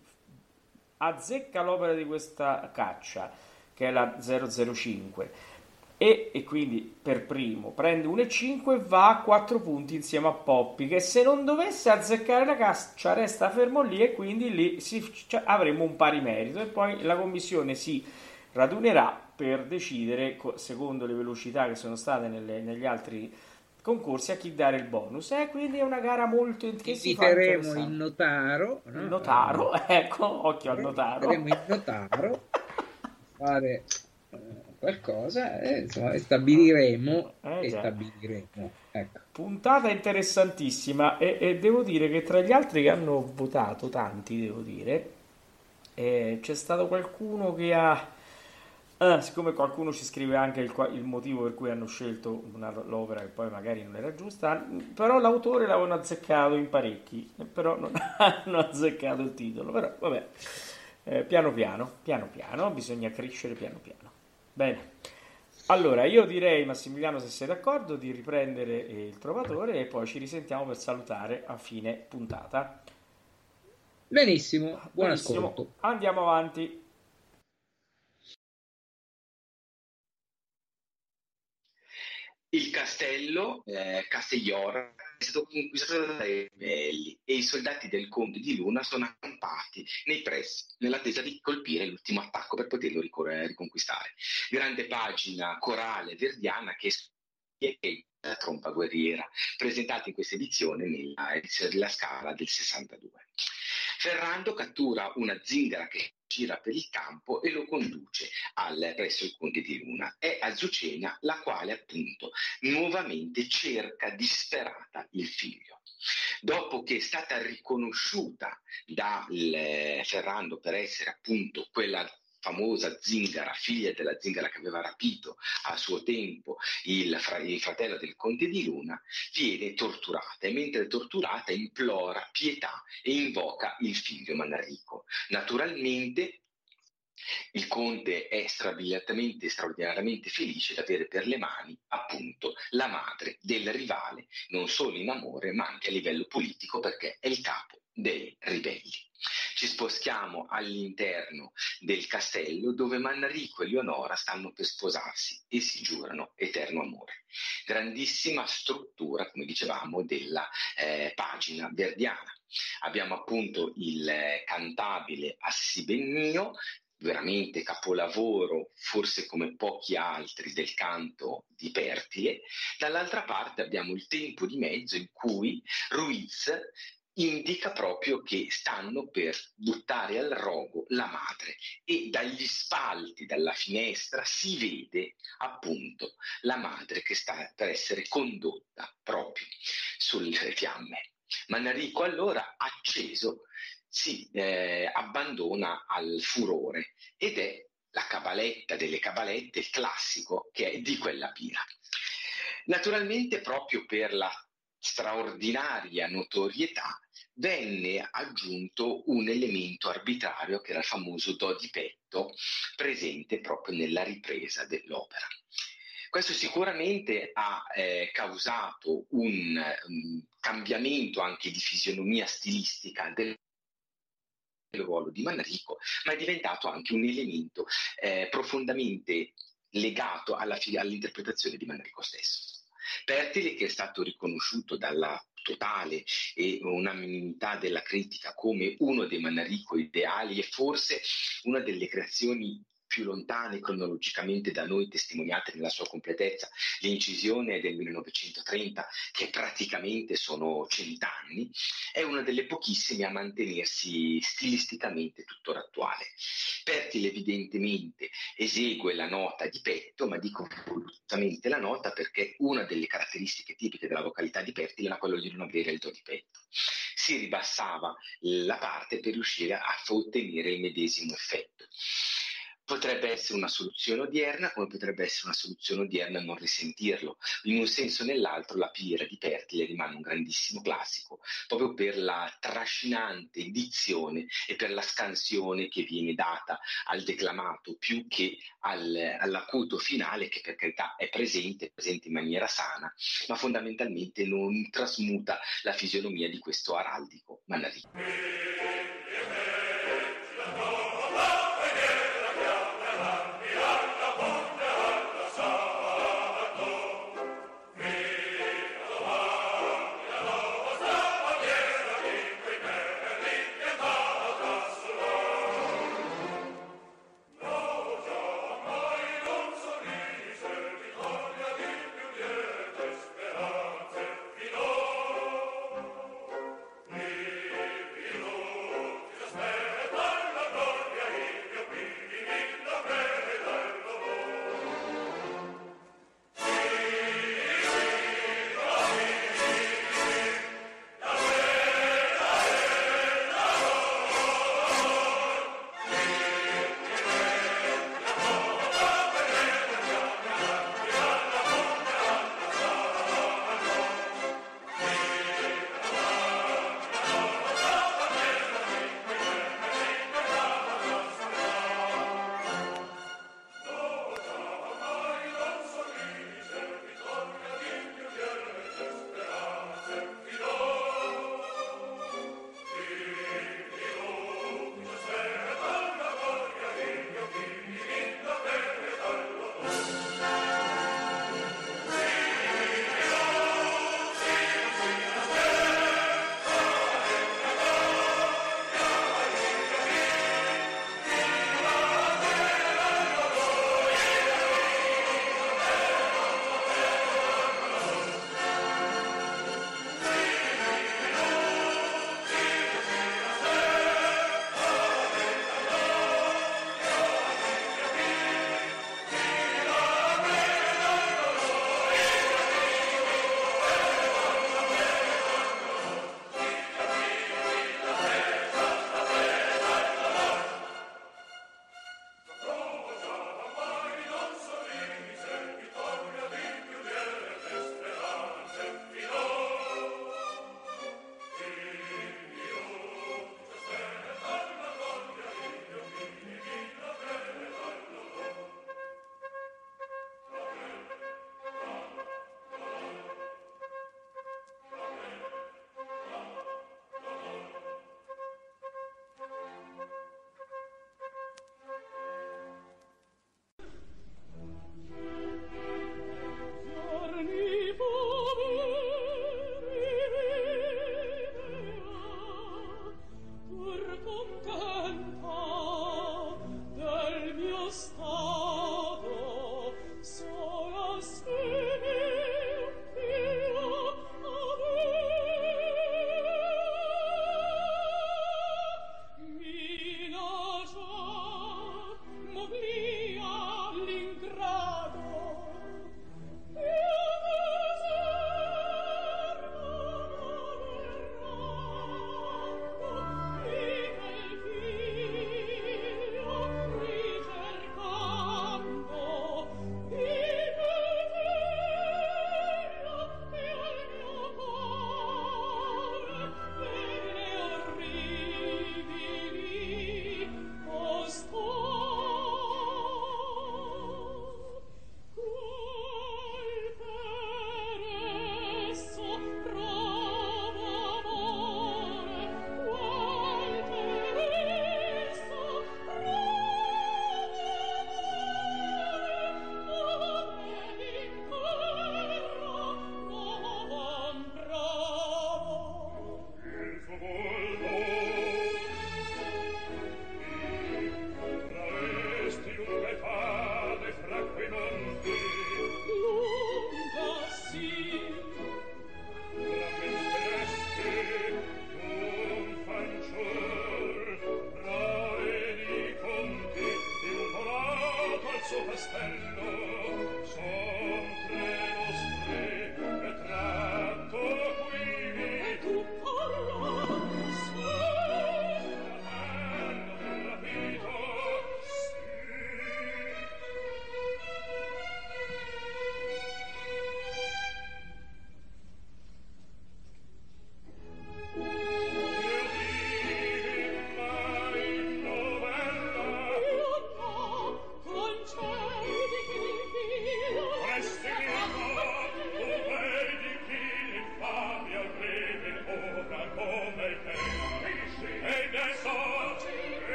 azzecca l'opera di questa caccia, che è la zero zero cinque, e, e quindi per primo prende uno e cinque, va a quattro punti insieme a Poppy, che se non dovesse azzeccare la caccia resta fermo lì, e quindi lì si, cioè, avremo un pari merito, e poi la commissione si radunerà per decidere, secondo le velocità che sono state nelle, negli altri concorsi, a chi dare il bonus. E eh, quindi è una gara molto che si fa Inviteremo il notaro, no? il notaro, ecco, occhio al notaro. Inviteremo il notaro a fare eh, qualcosa e, insomma, e stabiliremo Eh, e già. stabiliremo. Ecco. Puntata interessantissima, e, e devo dire che tra gli altri che hanno votato, tanti devo dire, eh, c'è stato qualcuno che ha eh, siccome qualcuno ci scrive anche il, qua- il motivo per cui hanno scelto una, l'opera che poi magari non era giusta, però l'autore l'avevano azzeccato in parecchi, eh, però non hanno azzeccato il titolo. Però vabbè, eh, piano piano, piano piano, bisogna crescere piano piano. Bene, Allora, io direi, Massimiliano, se sei d'accordo, di riprendere eh, il Trovatore e poi ci risentiamo per salutare a fine puntata. Benissimo, buon Benissimo, ascolto. andiamo avanti. Il castello, eh, Castelliora, è stato conquistato dai ribelli e i soldati del conte di Luna sono accampati nei pressi nell'attesa di colpire l'ultimo attacco per poterlo ricor- riconquistare. Grande pagina corale verdiana che è la tromba guerriera, presentata in questa edizione nella edizione della Scala del sessantadue. Ferrando cattura una zingara che gira per il campo e lo conduce al, presso il conte di Luna. È Azucena la quale appunto nuovamente cerca disperata il figlio. Dopo che è stata riconosciuta da il, Ferrando per essere appunto quella famosa zingara, figlia della zingara che aveva rapito a suo tempo il, fra- il fratello del conte di Luna, viene torturata e mentre è torturata implora pietà e invoca il figlio Manrico. Naturalmente il conte è straordinariamente, straordinariamente felice di avere per le mani appunto la madre del rivale, non solo in amore ma anche a livello politico, perché è il capo dei ribelli. Ci spostiamo all'interno del castello dove Manrico e Leonora stanno per sposarsi e si giurano eterno amore. Grandissima struttura, come dicevamo, della eh, pagina verdiana. Abbiamo appunto il eh, cantabile Assi ben mio, veramente capolavoro, forse come pochi altri del canto di Pertile. Dall'altra parte abbiamo il tempo di mezzo in cui Ruiz indica proprio che stanno per buttare al rogo la madre e dagli spalti, dalla finestra, si vede appunto la madre che sta per essere condotta proprio sulle fiamme. Manrico allora, acceso, si eh, abbandona al furore ed è la cabaletta delle cabalette, il classico che è di quella pira. Naturalmente proprio per la straordinaria notorietà venne aggiunto un elemento arbitrario che era il famoso do di petto presente proprio nella ripresa dell'opera. Questo sicuramente ha eh, causato un um, cambiamento anche di fisionomia stilistica del ruolo di Manrico, ma è diventato anche un elemento eh, profondamente legato alla, all'interpretazione di Manrico stesso. Pertile, che è stato riconosciuto dalla totale e unanimità della critica come uno dei Manrico ideali e forse una delle creazioni più lontane cronologicamente da noi testimoniate nella sua completezza. L'incisione è del millenovecentotrenta, che praticamente sono cent'anni, è una delle pochissime a mantenersi stilisticamente tuttora attuale. Pertile evidentemente esegue la nota di petto, ma dico volutamente la nota perché una delle caratteristiche tipiche della vocalità di Pertile era quello di non avere il do di petto. Si ribassava la parte per riuscire a ottenere il medesimo effetto. Potrebbe essere una soluzione odierna, come potrebbe essere una soluzione odierna non risentirlo. In un senso o nell'altro la pira di Pertile rimane un grandissimo classico, proprio per la trascinante dizione e per la scansione che viene data al declamato, più che al, all'acuto finale, che per carità è presente, presente in maniera sana, ma fondamentalmente non trasmuta la fisionomia di questo araldico Manrico. Speranze, finora,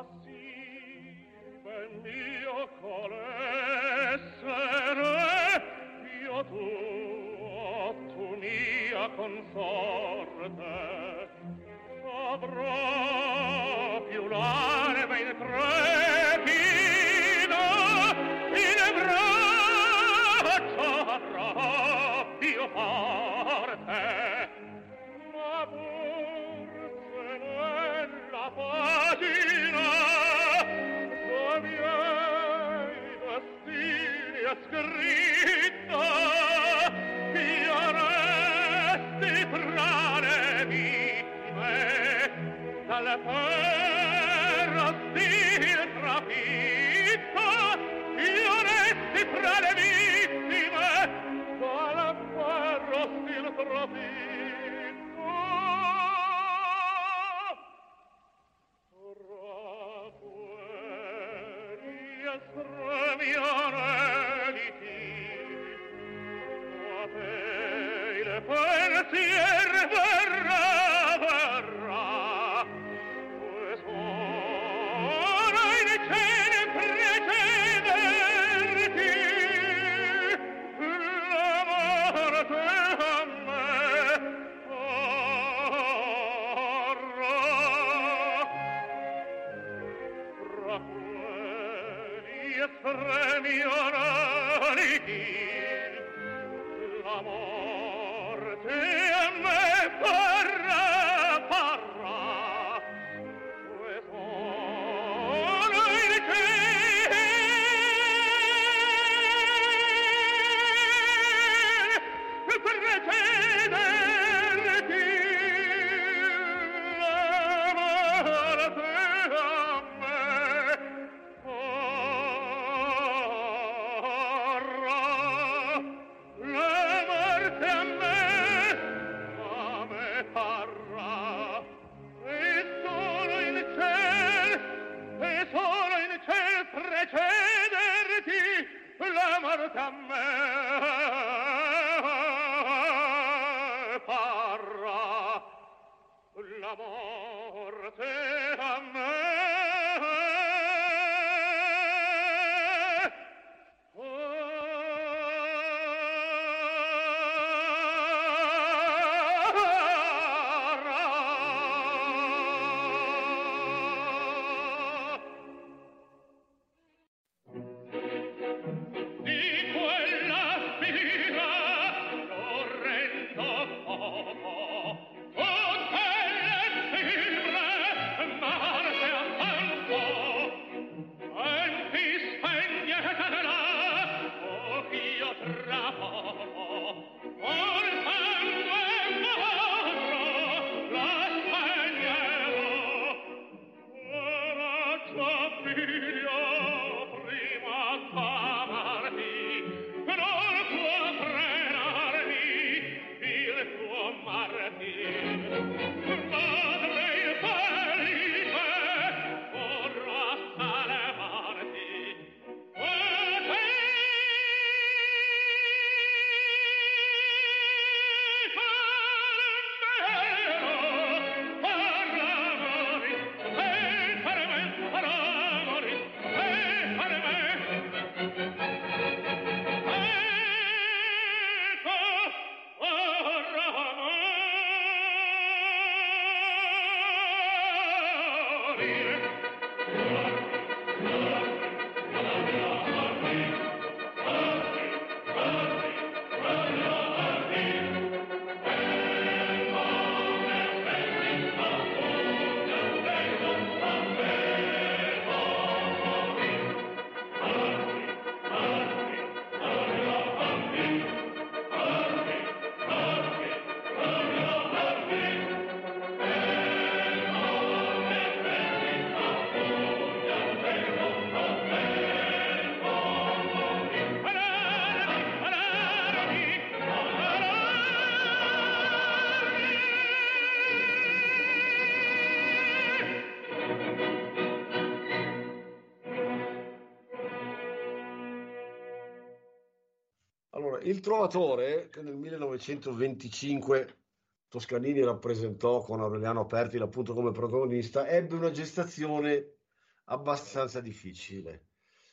sì, ben mio qual essere, io tu, tu mia consorte, avrò più l'anima intrepida, in braccio avrò più forte, ma forse nella pagina dove miei destini è scritta, io resti tra le vittime dalla terra stil trafitto, io resti tra le vittime dalla terra stil trafitto. Pensier verrà, verrà, due sono in cielo precederti, la morte a me farà. Fra quelli estremi orali, la morte a me parrà, parrà, due sono in cielo precederti, la morte a me parrà, la morte a me, a me parrà, e solo in ciel, e solo in ciel precederti, la morte a me parrà, la morte a me di quella fila torrendo fuoco, tutte le fibre morte a tanto, anti spegnetela, o io tra poco, col sangue morro la spegnerò. Era già figlio prima d'amarti, non può frenarmi il tuo martir. Madre infelice, vorrò salvarti, e te Il Trovatore, che nel millenovecentoventicinque Toscanini rappresentò con Aureliano Pertile appunto come protagonista, ebbe una gestazione abbastanza difficile.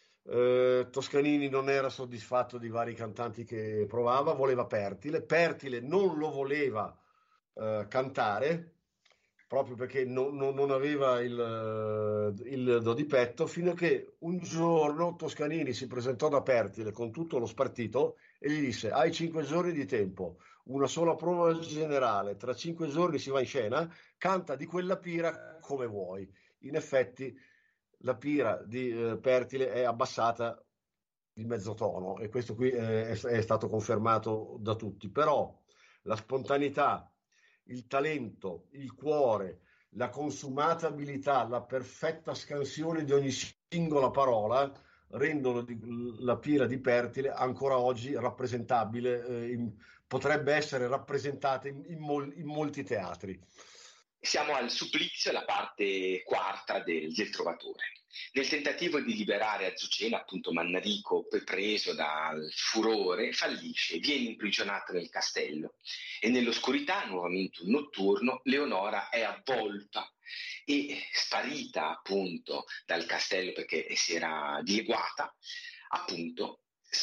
Eh, Toscanini non era soddisfatto di vari cantanti che provava, voleva Pertile. Pertile non lo voleva eh, cantare proprio perché non, non- non aveva il, eh, il do di petto, fino a che un giorno Toscanini si presentò da Pertile con tutto lo spartito e gli disse: Hai cinque giorni di tempo, una sola prova generale, tra cinque giorni si va in scena, canta di quella pira come vuoi. In effetti la pira di eh, Pertile è abbassata di mezzo tono e questo qui eh, è, è stato confermato da tutti, però la spontaneità, il talento, il cuore, la consumata abilità, la perfetta scansione di ogni singola parola rendono di- la pira di Pertile ancora oggi rappresentabile, eh, in- potrebbe essere rappresentata in, in mol- in molti teatri. Siamo al supplizio, la parte quarta del, del Trovatore. Nel tentativo di liberare Azucena, appunto Mannarico, preso dal furore, fallisce, viene imprigionato nel castello e nell'oscurità, nuovamente un notturno, Leonora è avvolta e sparita appunto dal castello perché si era dileguata, appunto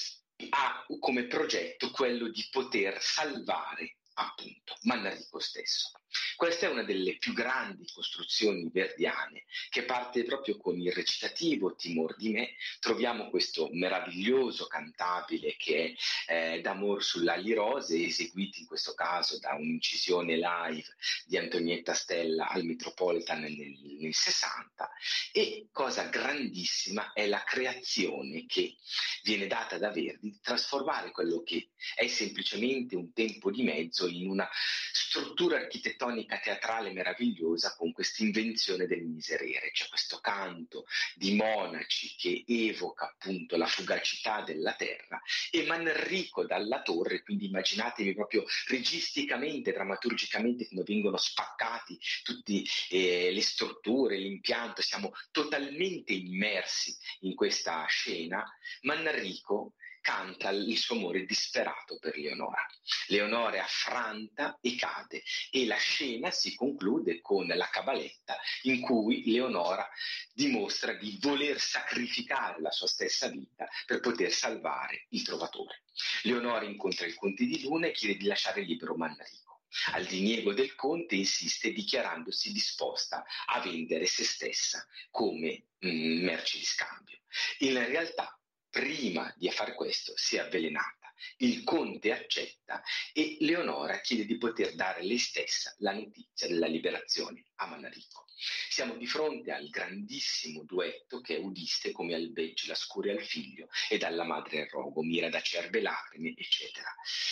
ha come progetto quello di poter salvare appunto Mannarico stesso. Questa è una delle più grandi costruzioni verdiane che parte proprio con il recitativo Timor di me. Troviamo questo meraviglioso cantabile che è eh, D'amor sull'ali rose, eseguito in questo caso da un'incisione live di Antonietta Stella al Metropolitan nel, nel sessanta, e cosa grandissima è la creazione che viene data da Verdi di trasformare quello che è semplicemente un tempo di mezzo in una struttura architettonica teatrale meravigliosa con questa invenzione del miserere. C'è questo canto di monaci che evoca appunto la fugacità della terra e Manrico dalla torre, quindi immaginatevi proprio registicamente, drammaturgicamente come vengono spaccati tutte eh, le strutture, l'impianto, siamo totalmente immersi in questa scena. Manrico canta il suo amore disperato per Leonora. Leonora è affranta e cade e la scena si conclude con la cabaletta in cui Leonora dimostra di voler sacrificare la sua stessa vita per poter salvare il Trovatore. Leonora incontra il conte di Luna e chiede di lasciare libero Manrico. Al diniego del conte insiste dichiarandosi disposta a vendere se stessa come mh, merce di scambio. In realtà, prima di fare questo, si è avvelenata. Il conte accetta e Leonora chiede di poter dare lei stessa la notizia della liberazione a Manrico. Siamo di fronte al grandissimo duetto che è Udiste come albeggia la scuria al figlio e dalla madre il rogo, mira da cerve lacrime, eccetera.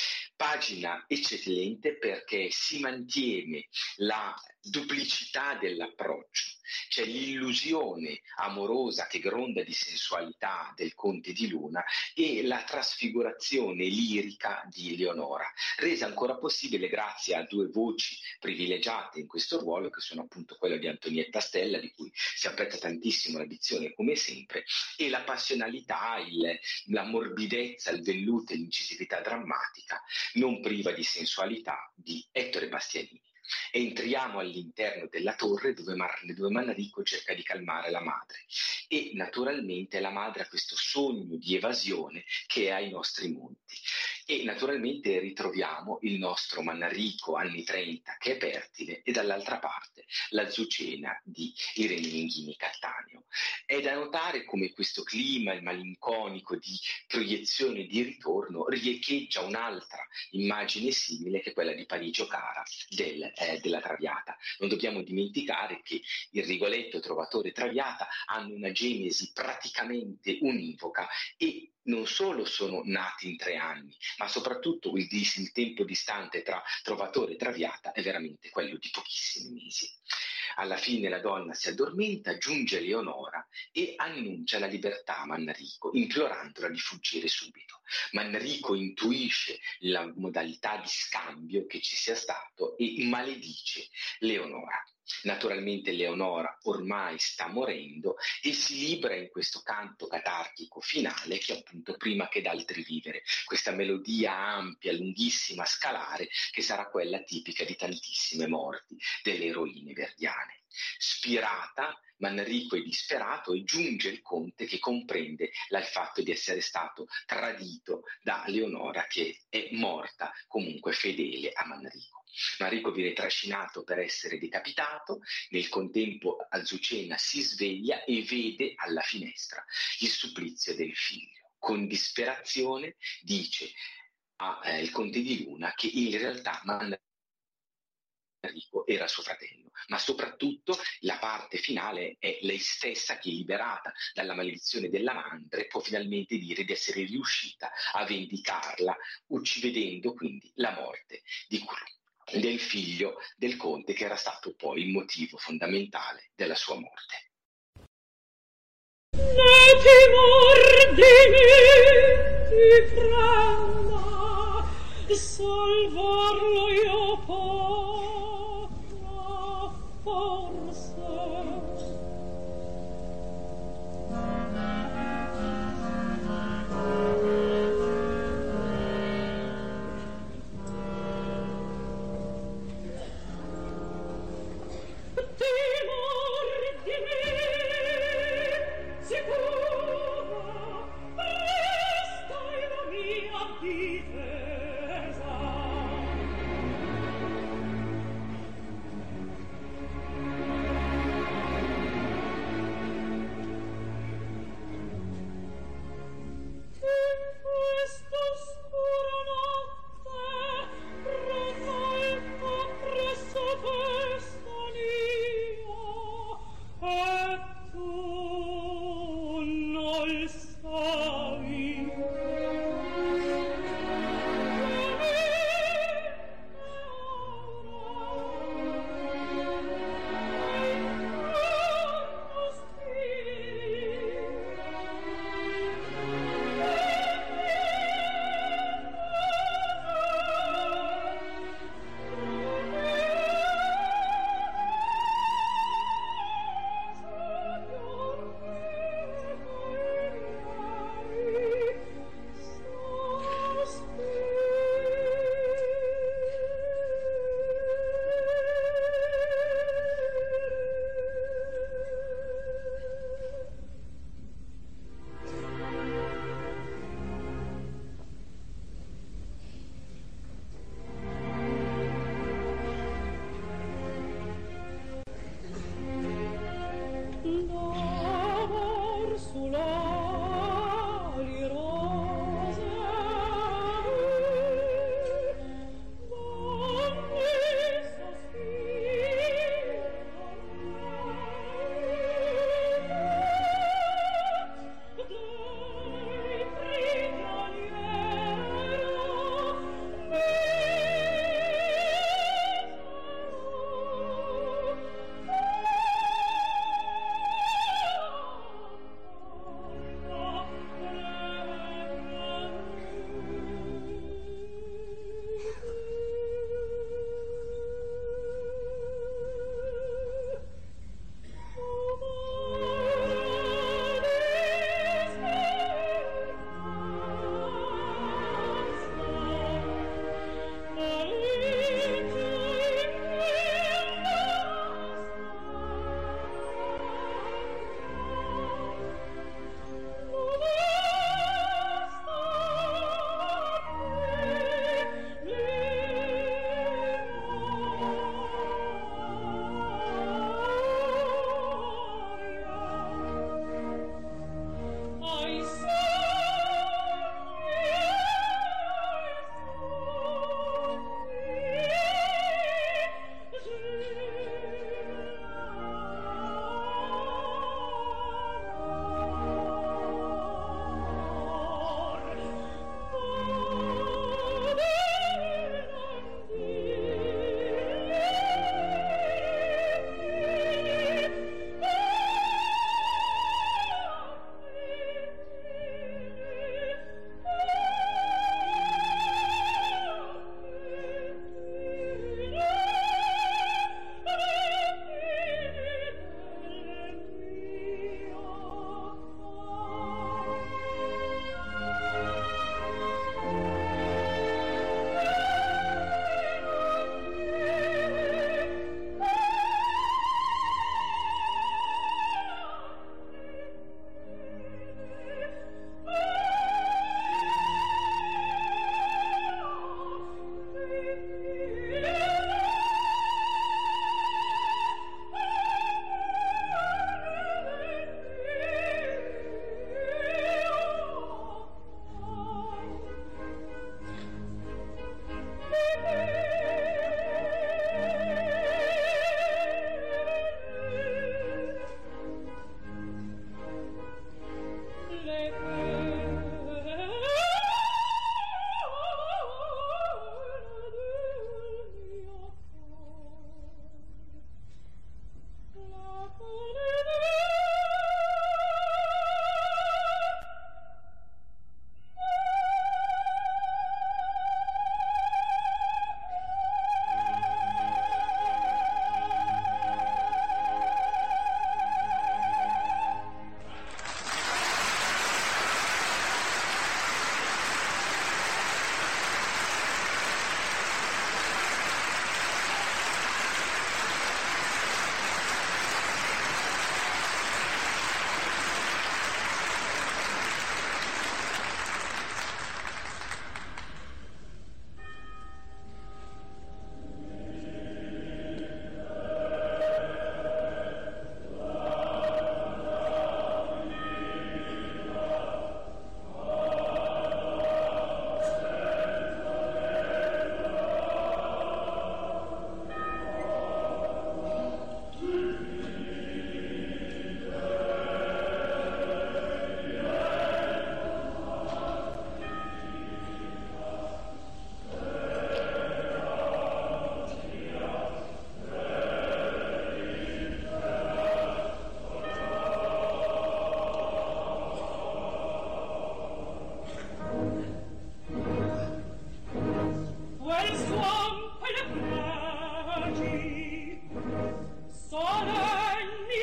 Pagina eccellente perché si mantiene la duplicità dell'approccio. C'è l'illusione amorosa che gronda di sensualità del conte di Luna e la trasfigurazione lirica di Leonora, resa ancora possibile grazie a due voci privilegiate in questo ruolo, che sono appunto quella di Antonietta Stella, di cui si apprezza tantissimo la dizione come sempre, e la passionalità, il, la morbidezza, il velluto e l'incisività drammatica non priva di sensualità di Ettore Bastianini. Entriamo all'interno della torre dove, Mar- dove Manrico cerca di calmare la madre e naturalmente la madre ha questo sogno di evasione che è ai nostri monti e naturalmente ritroviamo il nostro Manrico anni trenta che è Pertile e dall'altra parte l'Azucena di Irene Minghini Cattaneo. È da notare come questo clima malinconico di proiezione di ritorno riecheggia un'altra immagine simile che è quella di Parigi Cara del Eh, della Traviata. Non dobbiamo dimenticare che il Rigoletto e Trovatore e Traviata hanno una genesi praticamente univoca e non solo sono nati in tre anni, ma soprattutto il, il tempo distante tra Trovatore e Traviata è veramente quello di pochissimi mesi. Alla fine la donna si addormenta, giunge Leonora e annuncia la libertà a Manrico, implorandola di fuggire subito. Manrico intuisce la modalità di scambio che ci sia stato e maledice Leonora. Naturalmente Leonora ormai sta morendo e si libera in questo canto catartico finale che è appunto Prima che d'altri vivere, questa melodia ampia, lunghissima, scalare che sarà quella tipica di tantissime morti delle eroine verdiane. Spirata, Manrico è disperato e giunge il conte che comprende il fatto di essere stato tradito da Leonora, che è morta comunque fedele a Manrico. Manrico viene trascinato per essere decapitato, nel contempo Azucena si sveglia e vede alla finestra il supplizio del figlio. Con disperazione dice al eh, conte di Luna che in realtà Manrico era suo fratello, ma soprattutto la parte finale è lei stessa che, liberata dalla maledizione della mandre, può finalmente dire di essere riuscita a vendicarla, uccidendo quindi la morte di del figlio del conte, che era stato poi il motivo fondamentale della sua morte. Ne timor di me ti prenda, salvarlo io potrò forse.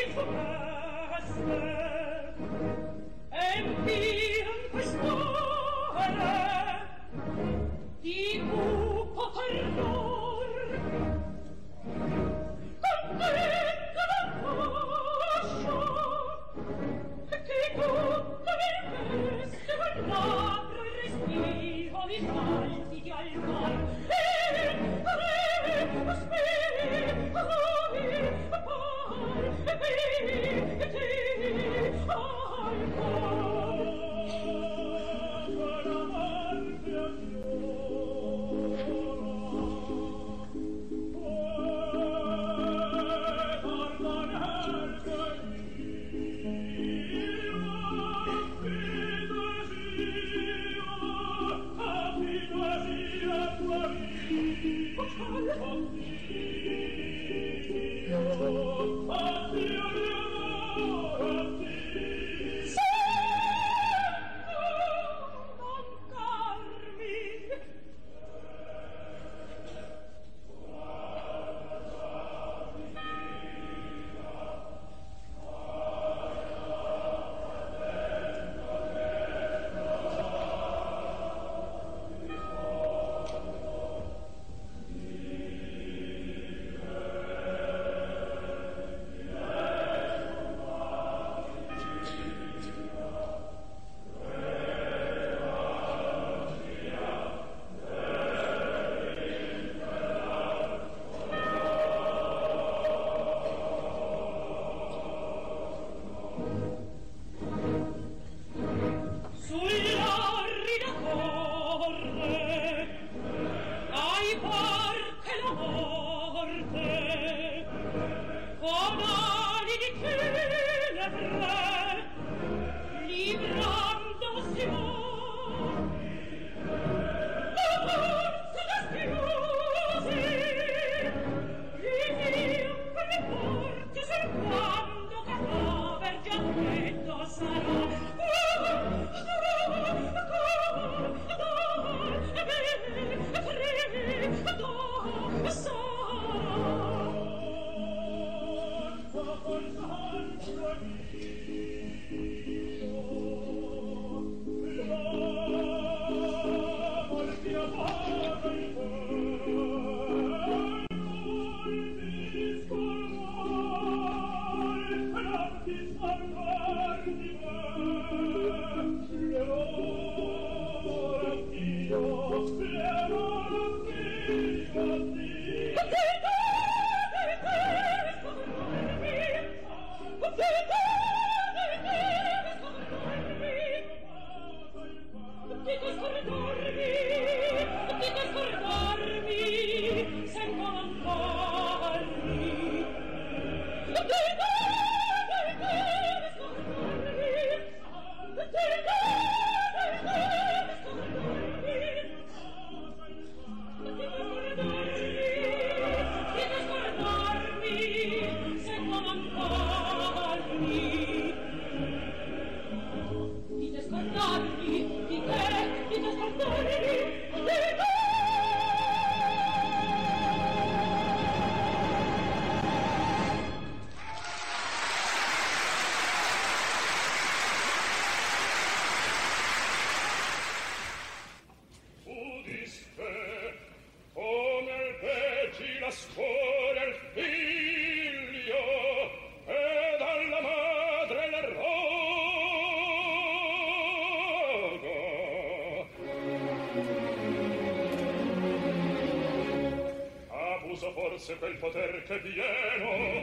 forse quel poter che pieno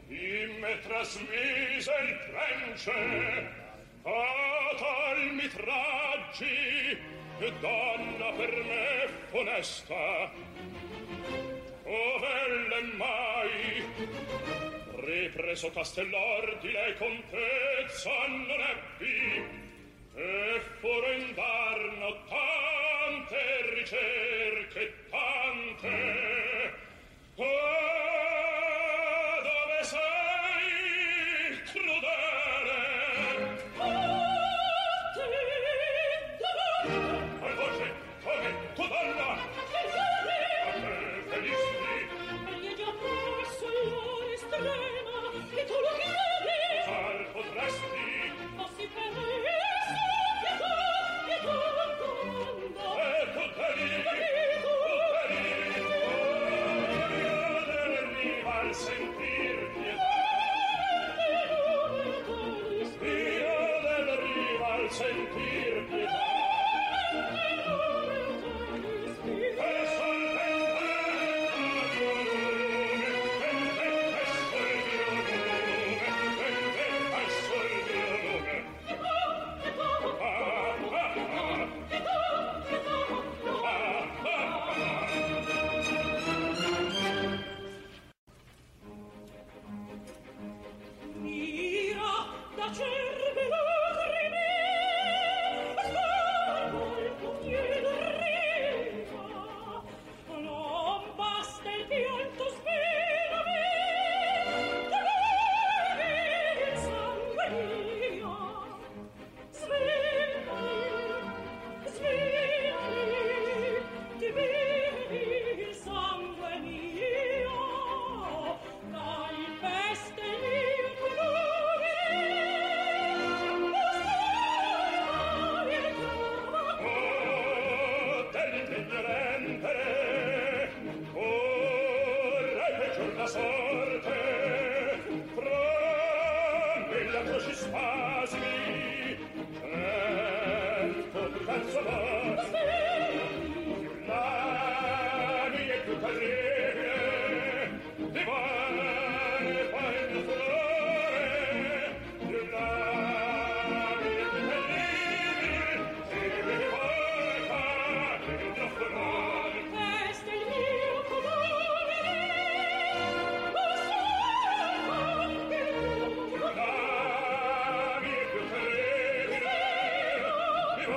in me trasmise il prence, fatal mi traggi, donna per me funesta. O belle mai, ripreso Castellor di lei contezza non ebbi, e furo indarno tante ricerche, tante. Oh, dove sei, crudele? Oh, te, dove? Hai voce, come, tu donna? Che sei? A me, felici. E gli è già presso l'ora estrema, e tu lo chiedi. vuol sentir pietà. E solamente vendetta e sol mio nome, vendetta e sol mio nome. Ah, ah, ah. Mira da cerve lacrime, sguardo il pugno riva, non basta il pianto svelami, togliere il sangue mio, svegli, svegli, ti bevi il sangue mio, dai peste il mio colore, Oh, dell'ignorante, ora è peggior la sorte, fra mille atroci spasimi, certo più calzo morte, la mia è più terribile, divane poi il mio furore, la mia è più terribile, e mi porta il mio furore. peste il mio colore, anche tu, La mia è più terribile, mi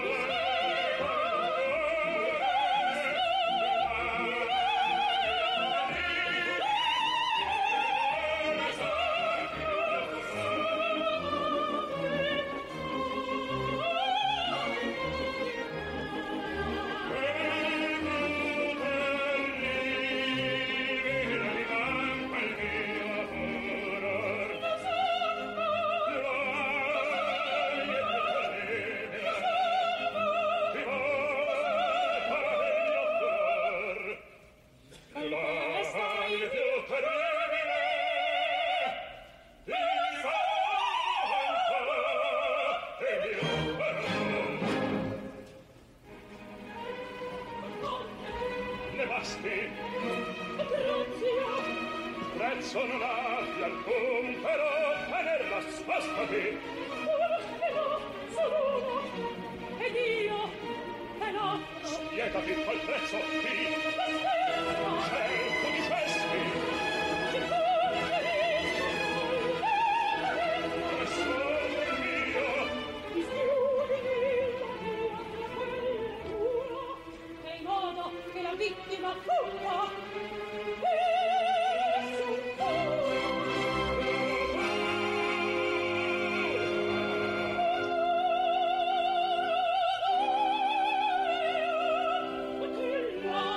Ne basti, grazia, prezzo non abbia alcun, però tener nascostati. uno, solo, ed io te lascio. Spiegati qual prezzo qui, Aspetta, certo dicesti, che tu preferisco e sol mio, mi schiudi la mia creatura, e in modo che la vittima fugga e su tu.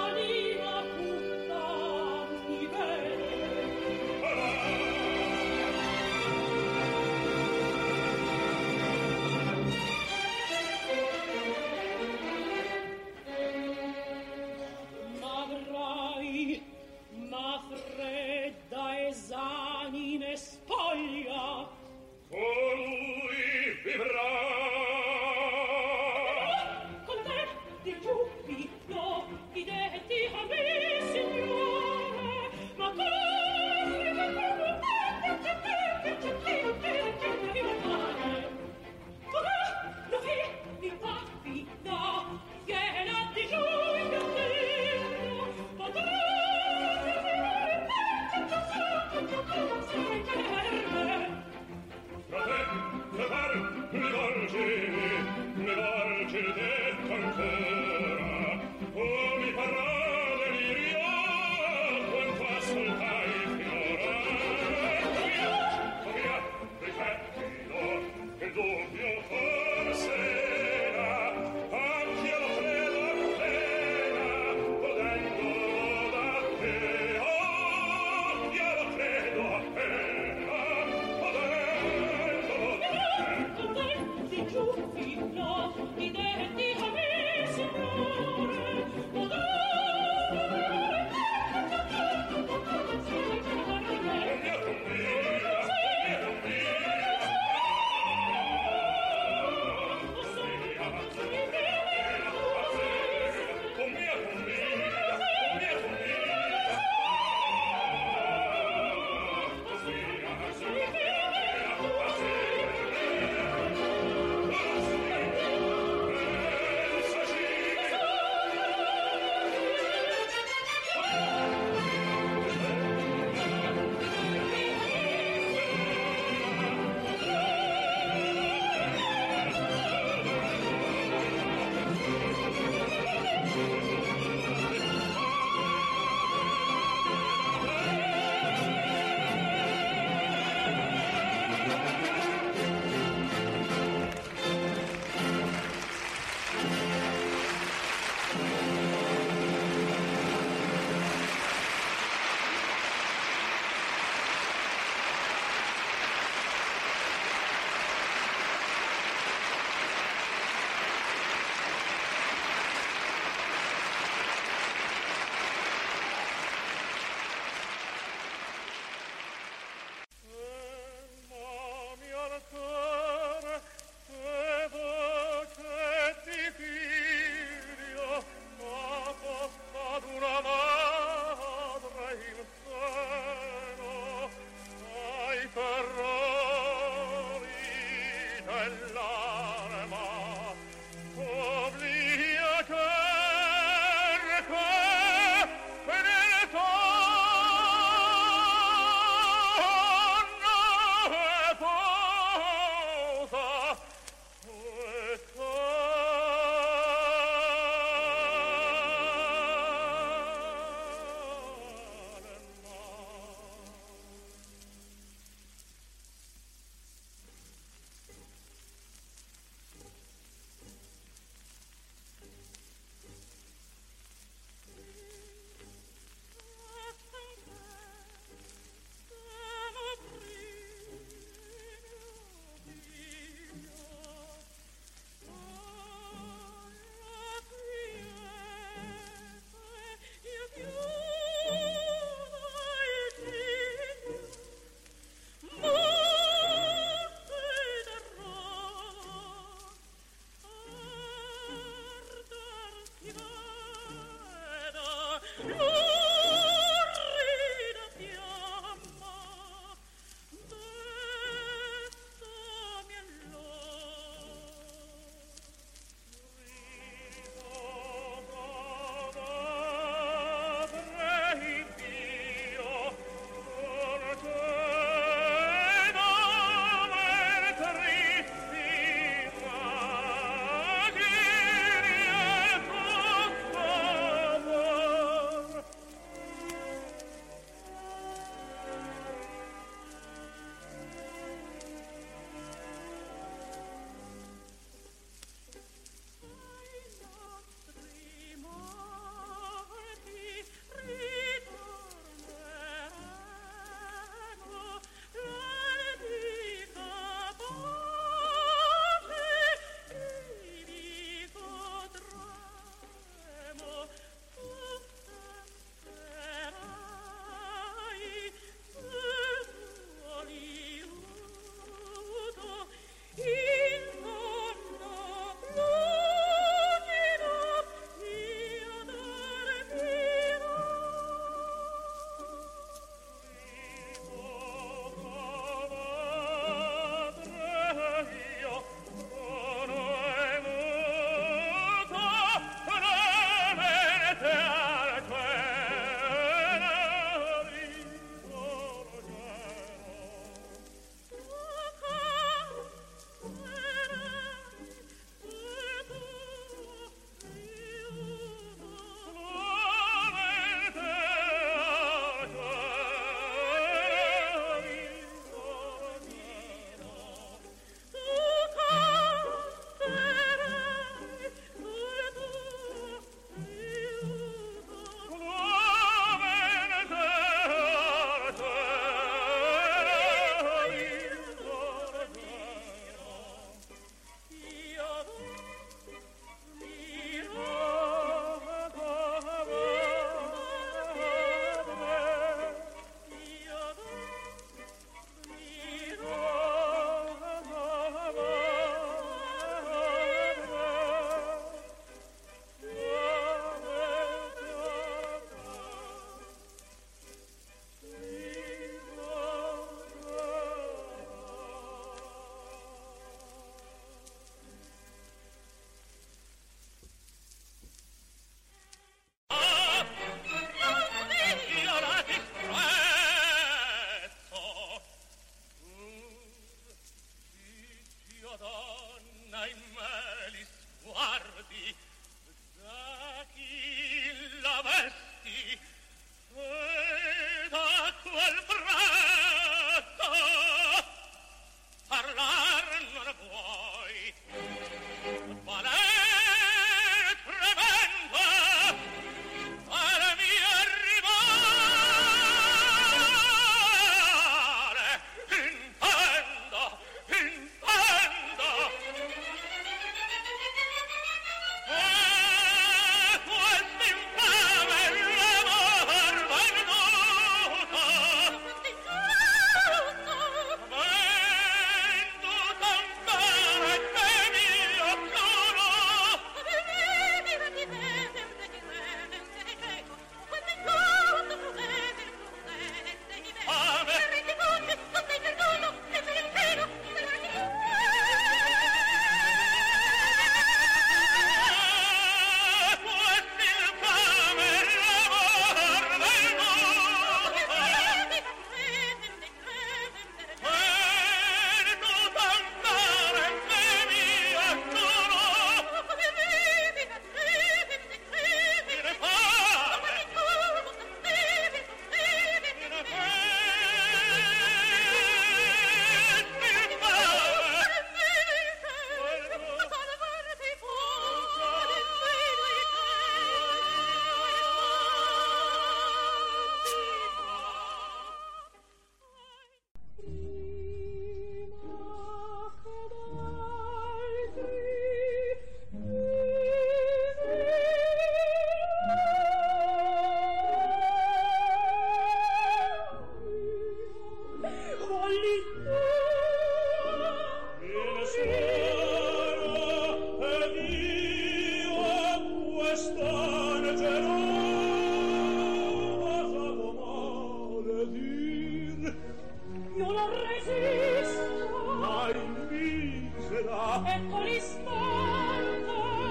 ecco l'istante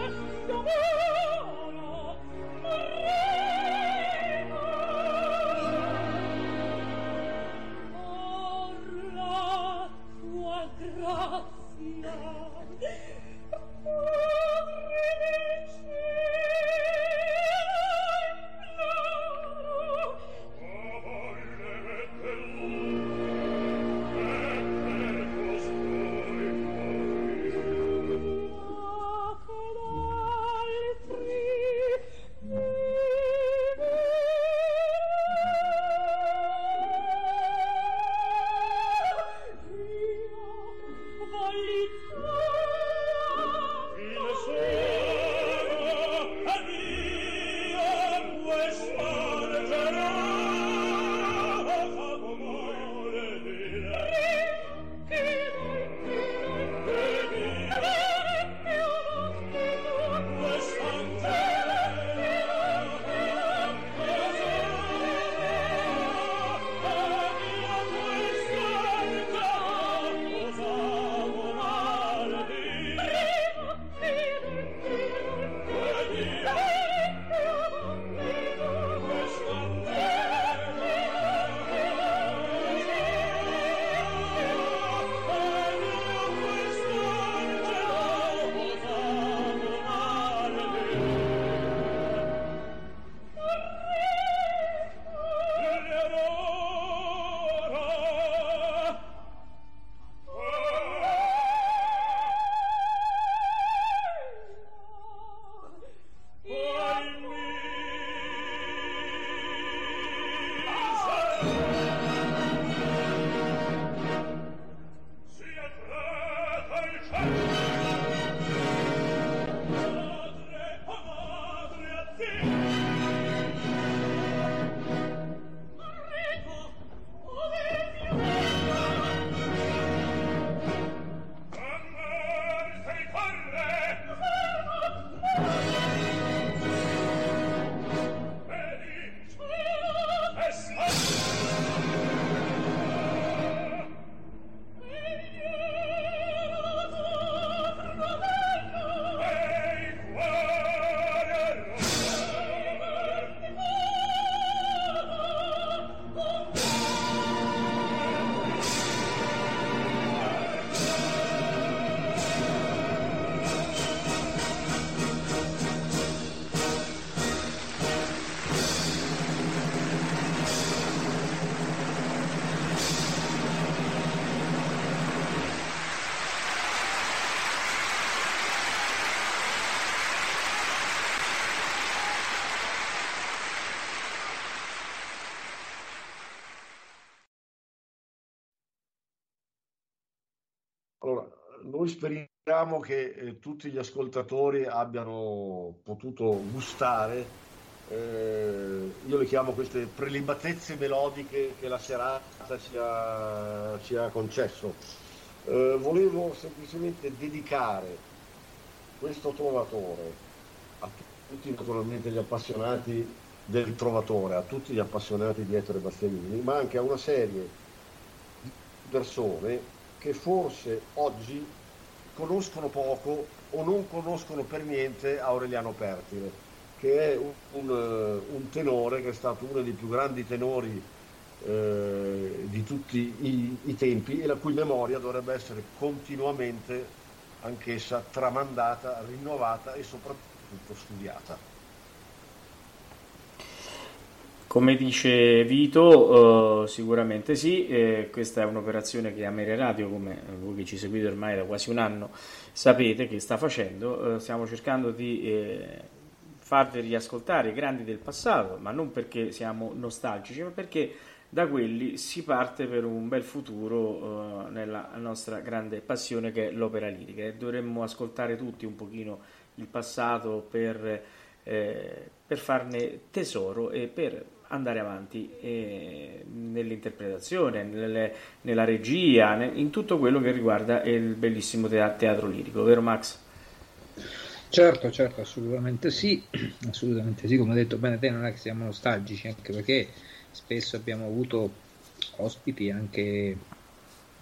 d'amore morremo. Or la tua grazia, Padre del cielo, imploro. Ma volle mette l'uno, e per costui fuori. Ma che d'altri io volli Il solo a Dio questo leggerà, amore di lei. che Allora, noi speriamo che eh, tutti gli ascoltatori abbiano potuto gustare, eh, io le chiamo queste prelibatezze melodiche che la serata ci ha, ci ha concesso. Eh, volevo semplicemente dedicare questo trovatore a tutti naturalmente gli appassionati del trovatore, a tutti gli appassionati di Ettore Bastianini, ma anche a una serie di persone che forse oggi conoscono poco o non conoscono per niente Aureliano Pertile, che è un, un, un tenore che è stato uno dei più grandi tenori eh, di tutti i, i tempi e la cui memoria dovrebbe essere continuamente anch'essa tramandata, rinnovata e soprattutto studiata. Come dice Vito, uh, sicuramente sì, eh, questa è un'operazione che Ameria Radio, come voi che ci seguite ormai da quasi un anno, sapete che sta facendo. Uh, stiamo cercando di eh, farvi riascoltare i grandi del passato, ma non perché siamo nostalgici, ma perché da quelli si parte per un bel futuro uh, nella nostra grande passione che è l'opera lirica, e dovremmo ascoltare tutti un pochino il passato per, eh, per farne tesoro e per andare avanti eh, nell'interpretazione, nelle, nella regia, in tutto quello che riguarda il bellissimo teatro lirico, vero Max? Certo, certo, assolutamente sì, assolutamente sì, come ha detto bene te, non è che siamo nostalgici, anche perché spesso abbiamo avuto ospiti anche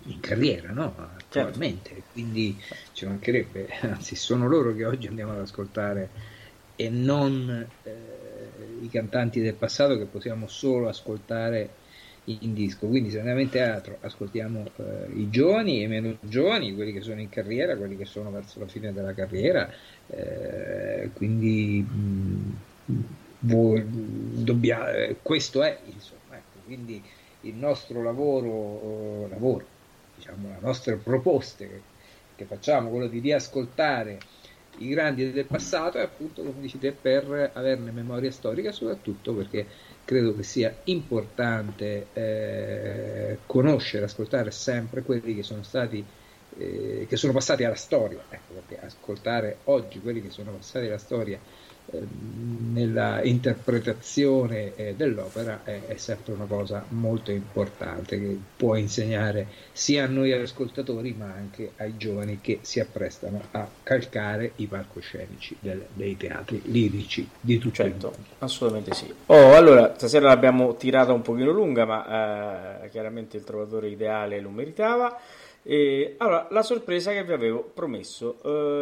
in carriera, no? Attualmente, certo. Quindi ci mancherebbe, anzi sono loro che oggi andiamo ad ascoltare e non eh, i cantanti del passato che possiamo solo ascoltare in disco. Quindi se andiamo in teatro ascoltiamo eh, i giovani e i meno giovani, quelli che sono in carriera, quelli che sono verso la fine della carriera, eh, quindi mh, voi, dobbiamo, eh, questo è insomma, ecco, quindi il nostro lavoro, eh, lavoro diciamo, le nostre proposte che, che facciamo, quello di riascoltare i grandi del passato, è appunto, come dici te, per averne memoria storica, soprattutto perché credo che sia importante eh, conoscere, ascoltare sempre quelli che sono stati eh, che sono passati alla storia, ecco, perché ascoltare oggi quelli che sono passati alla storia eh, nella interpretazione eh, dell'opera è, è sempre una cosa molto importante che può insegnare sia a noi ascoltatori ma anche ai giovani che si apprestano a calcare i palcoscenici del, dei teatri lirici di tutto certo, il mondo. Assolutamente sì. Oh, allora stasera l'abbiamo tirata un pochino lunga, ma eh, chiaramente il trovatore ideale lo meritava. E allora la sorpresa che vi avevo promesso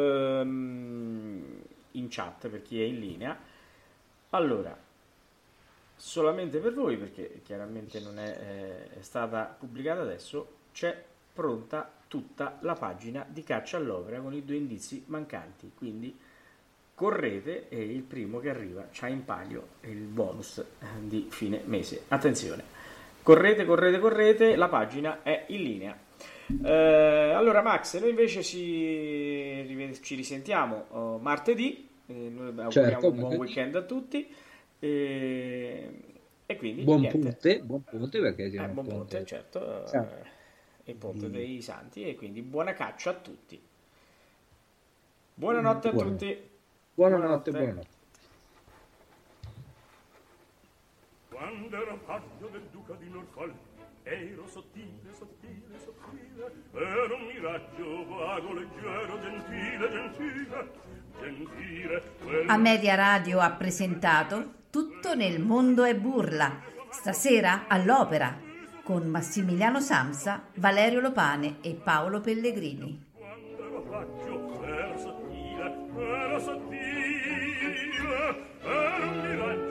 ehm, in chat per chi è in linea, allora solamente per voi, perché chiaramente non è, eh, è stata pubblicata adesso, c'è pronta tutta la pagina di Caccia all'Opera con i due indizi mancanti, quindi correte e il primo che arriva c'ha in palio il bonus di fine mese. Attenzione, correte correte correte, la pagina è in linea. Eh, allora Max, noi invece ci, ci risentiamo uh, martedì, eh, noi auguriamo certo, un buon weekend a tutti e, e quindi buon niente. ponte, buon ponte perché siamo eh, buon ponte, ponte certo, sì. eh, il ponte di... dei santi, e quindi buona caccia a tutti. Buonanotte a Buona. tutti. Buonanotte, buonanotte. buonanotte. Quando ero paggio del duca di Norfolk ero sottile, sottile, sottile, ero un miraggio vago, leggero, gentile, gentile, gentile. Quello... A Media Radio ha presentato Tutto nel mondo è burla, stasera all'Opera, con Massimiliano Samsa, Valerio Lopane e Paolo Pellegrini. Quando ero paggio ero sottile, ero sottile, ero un miraggio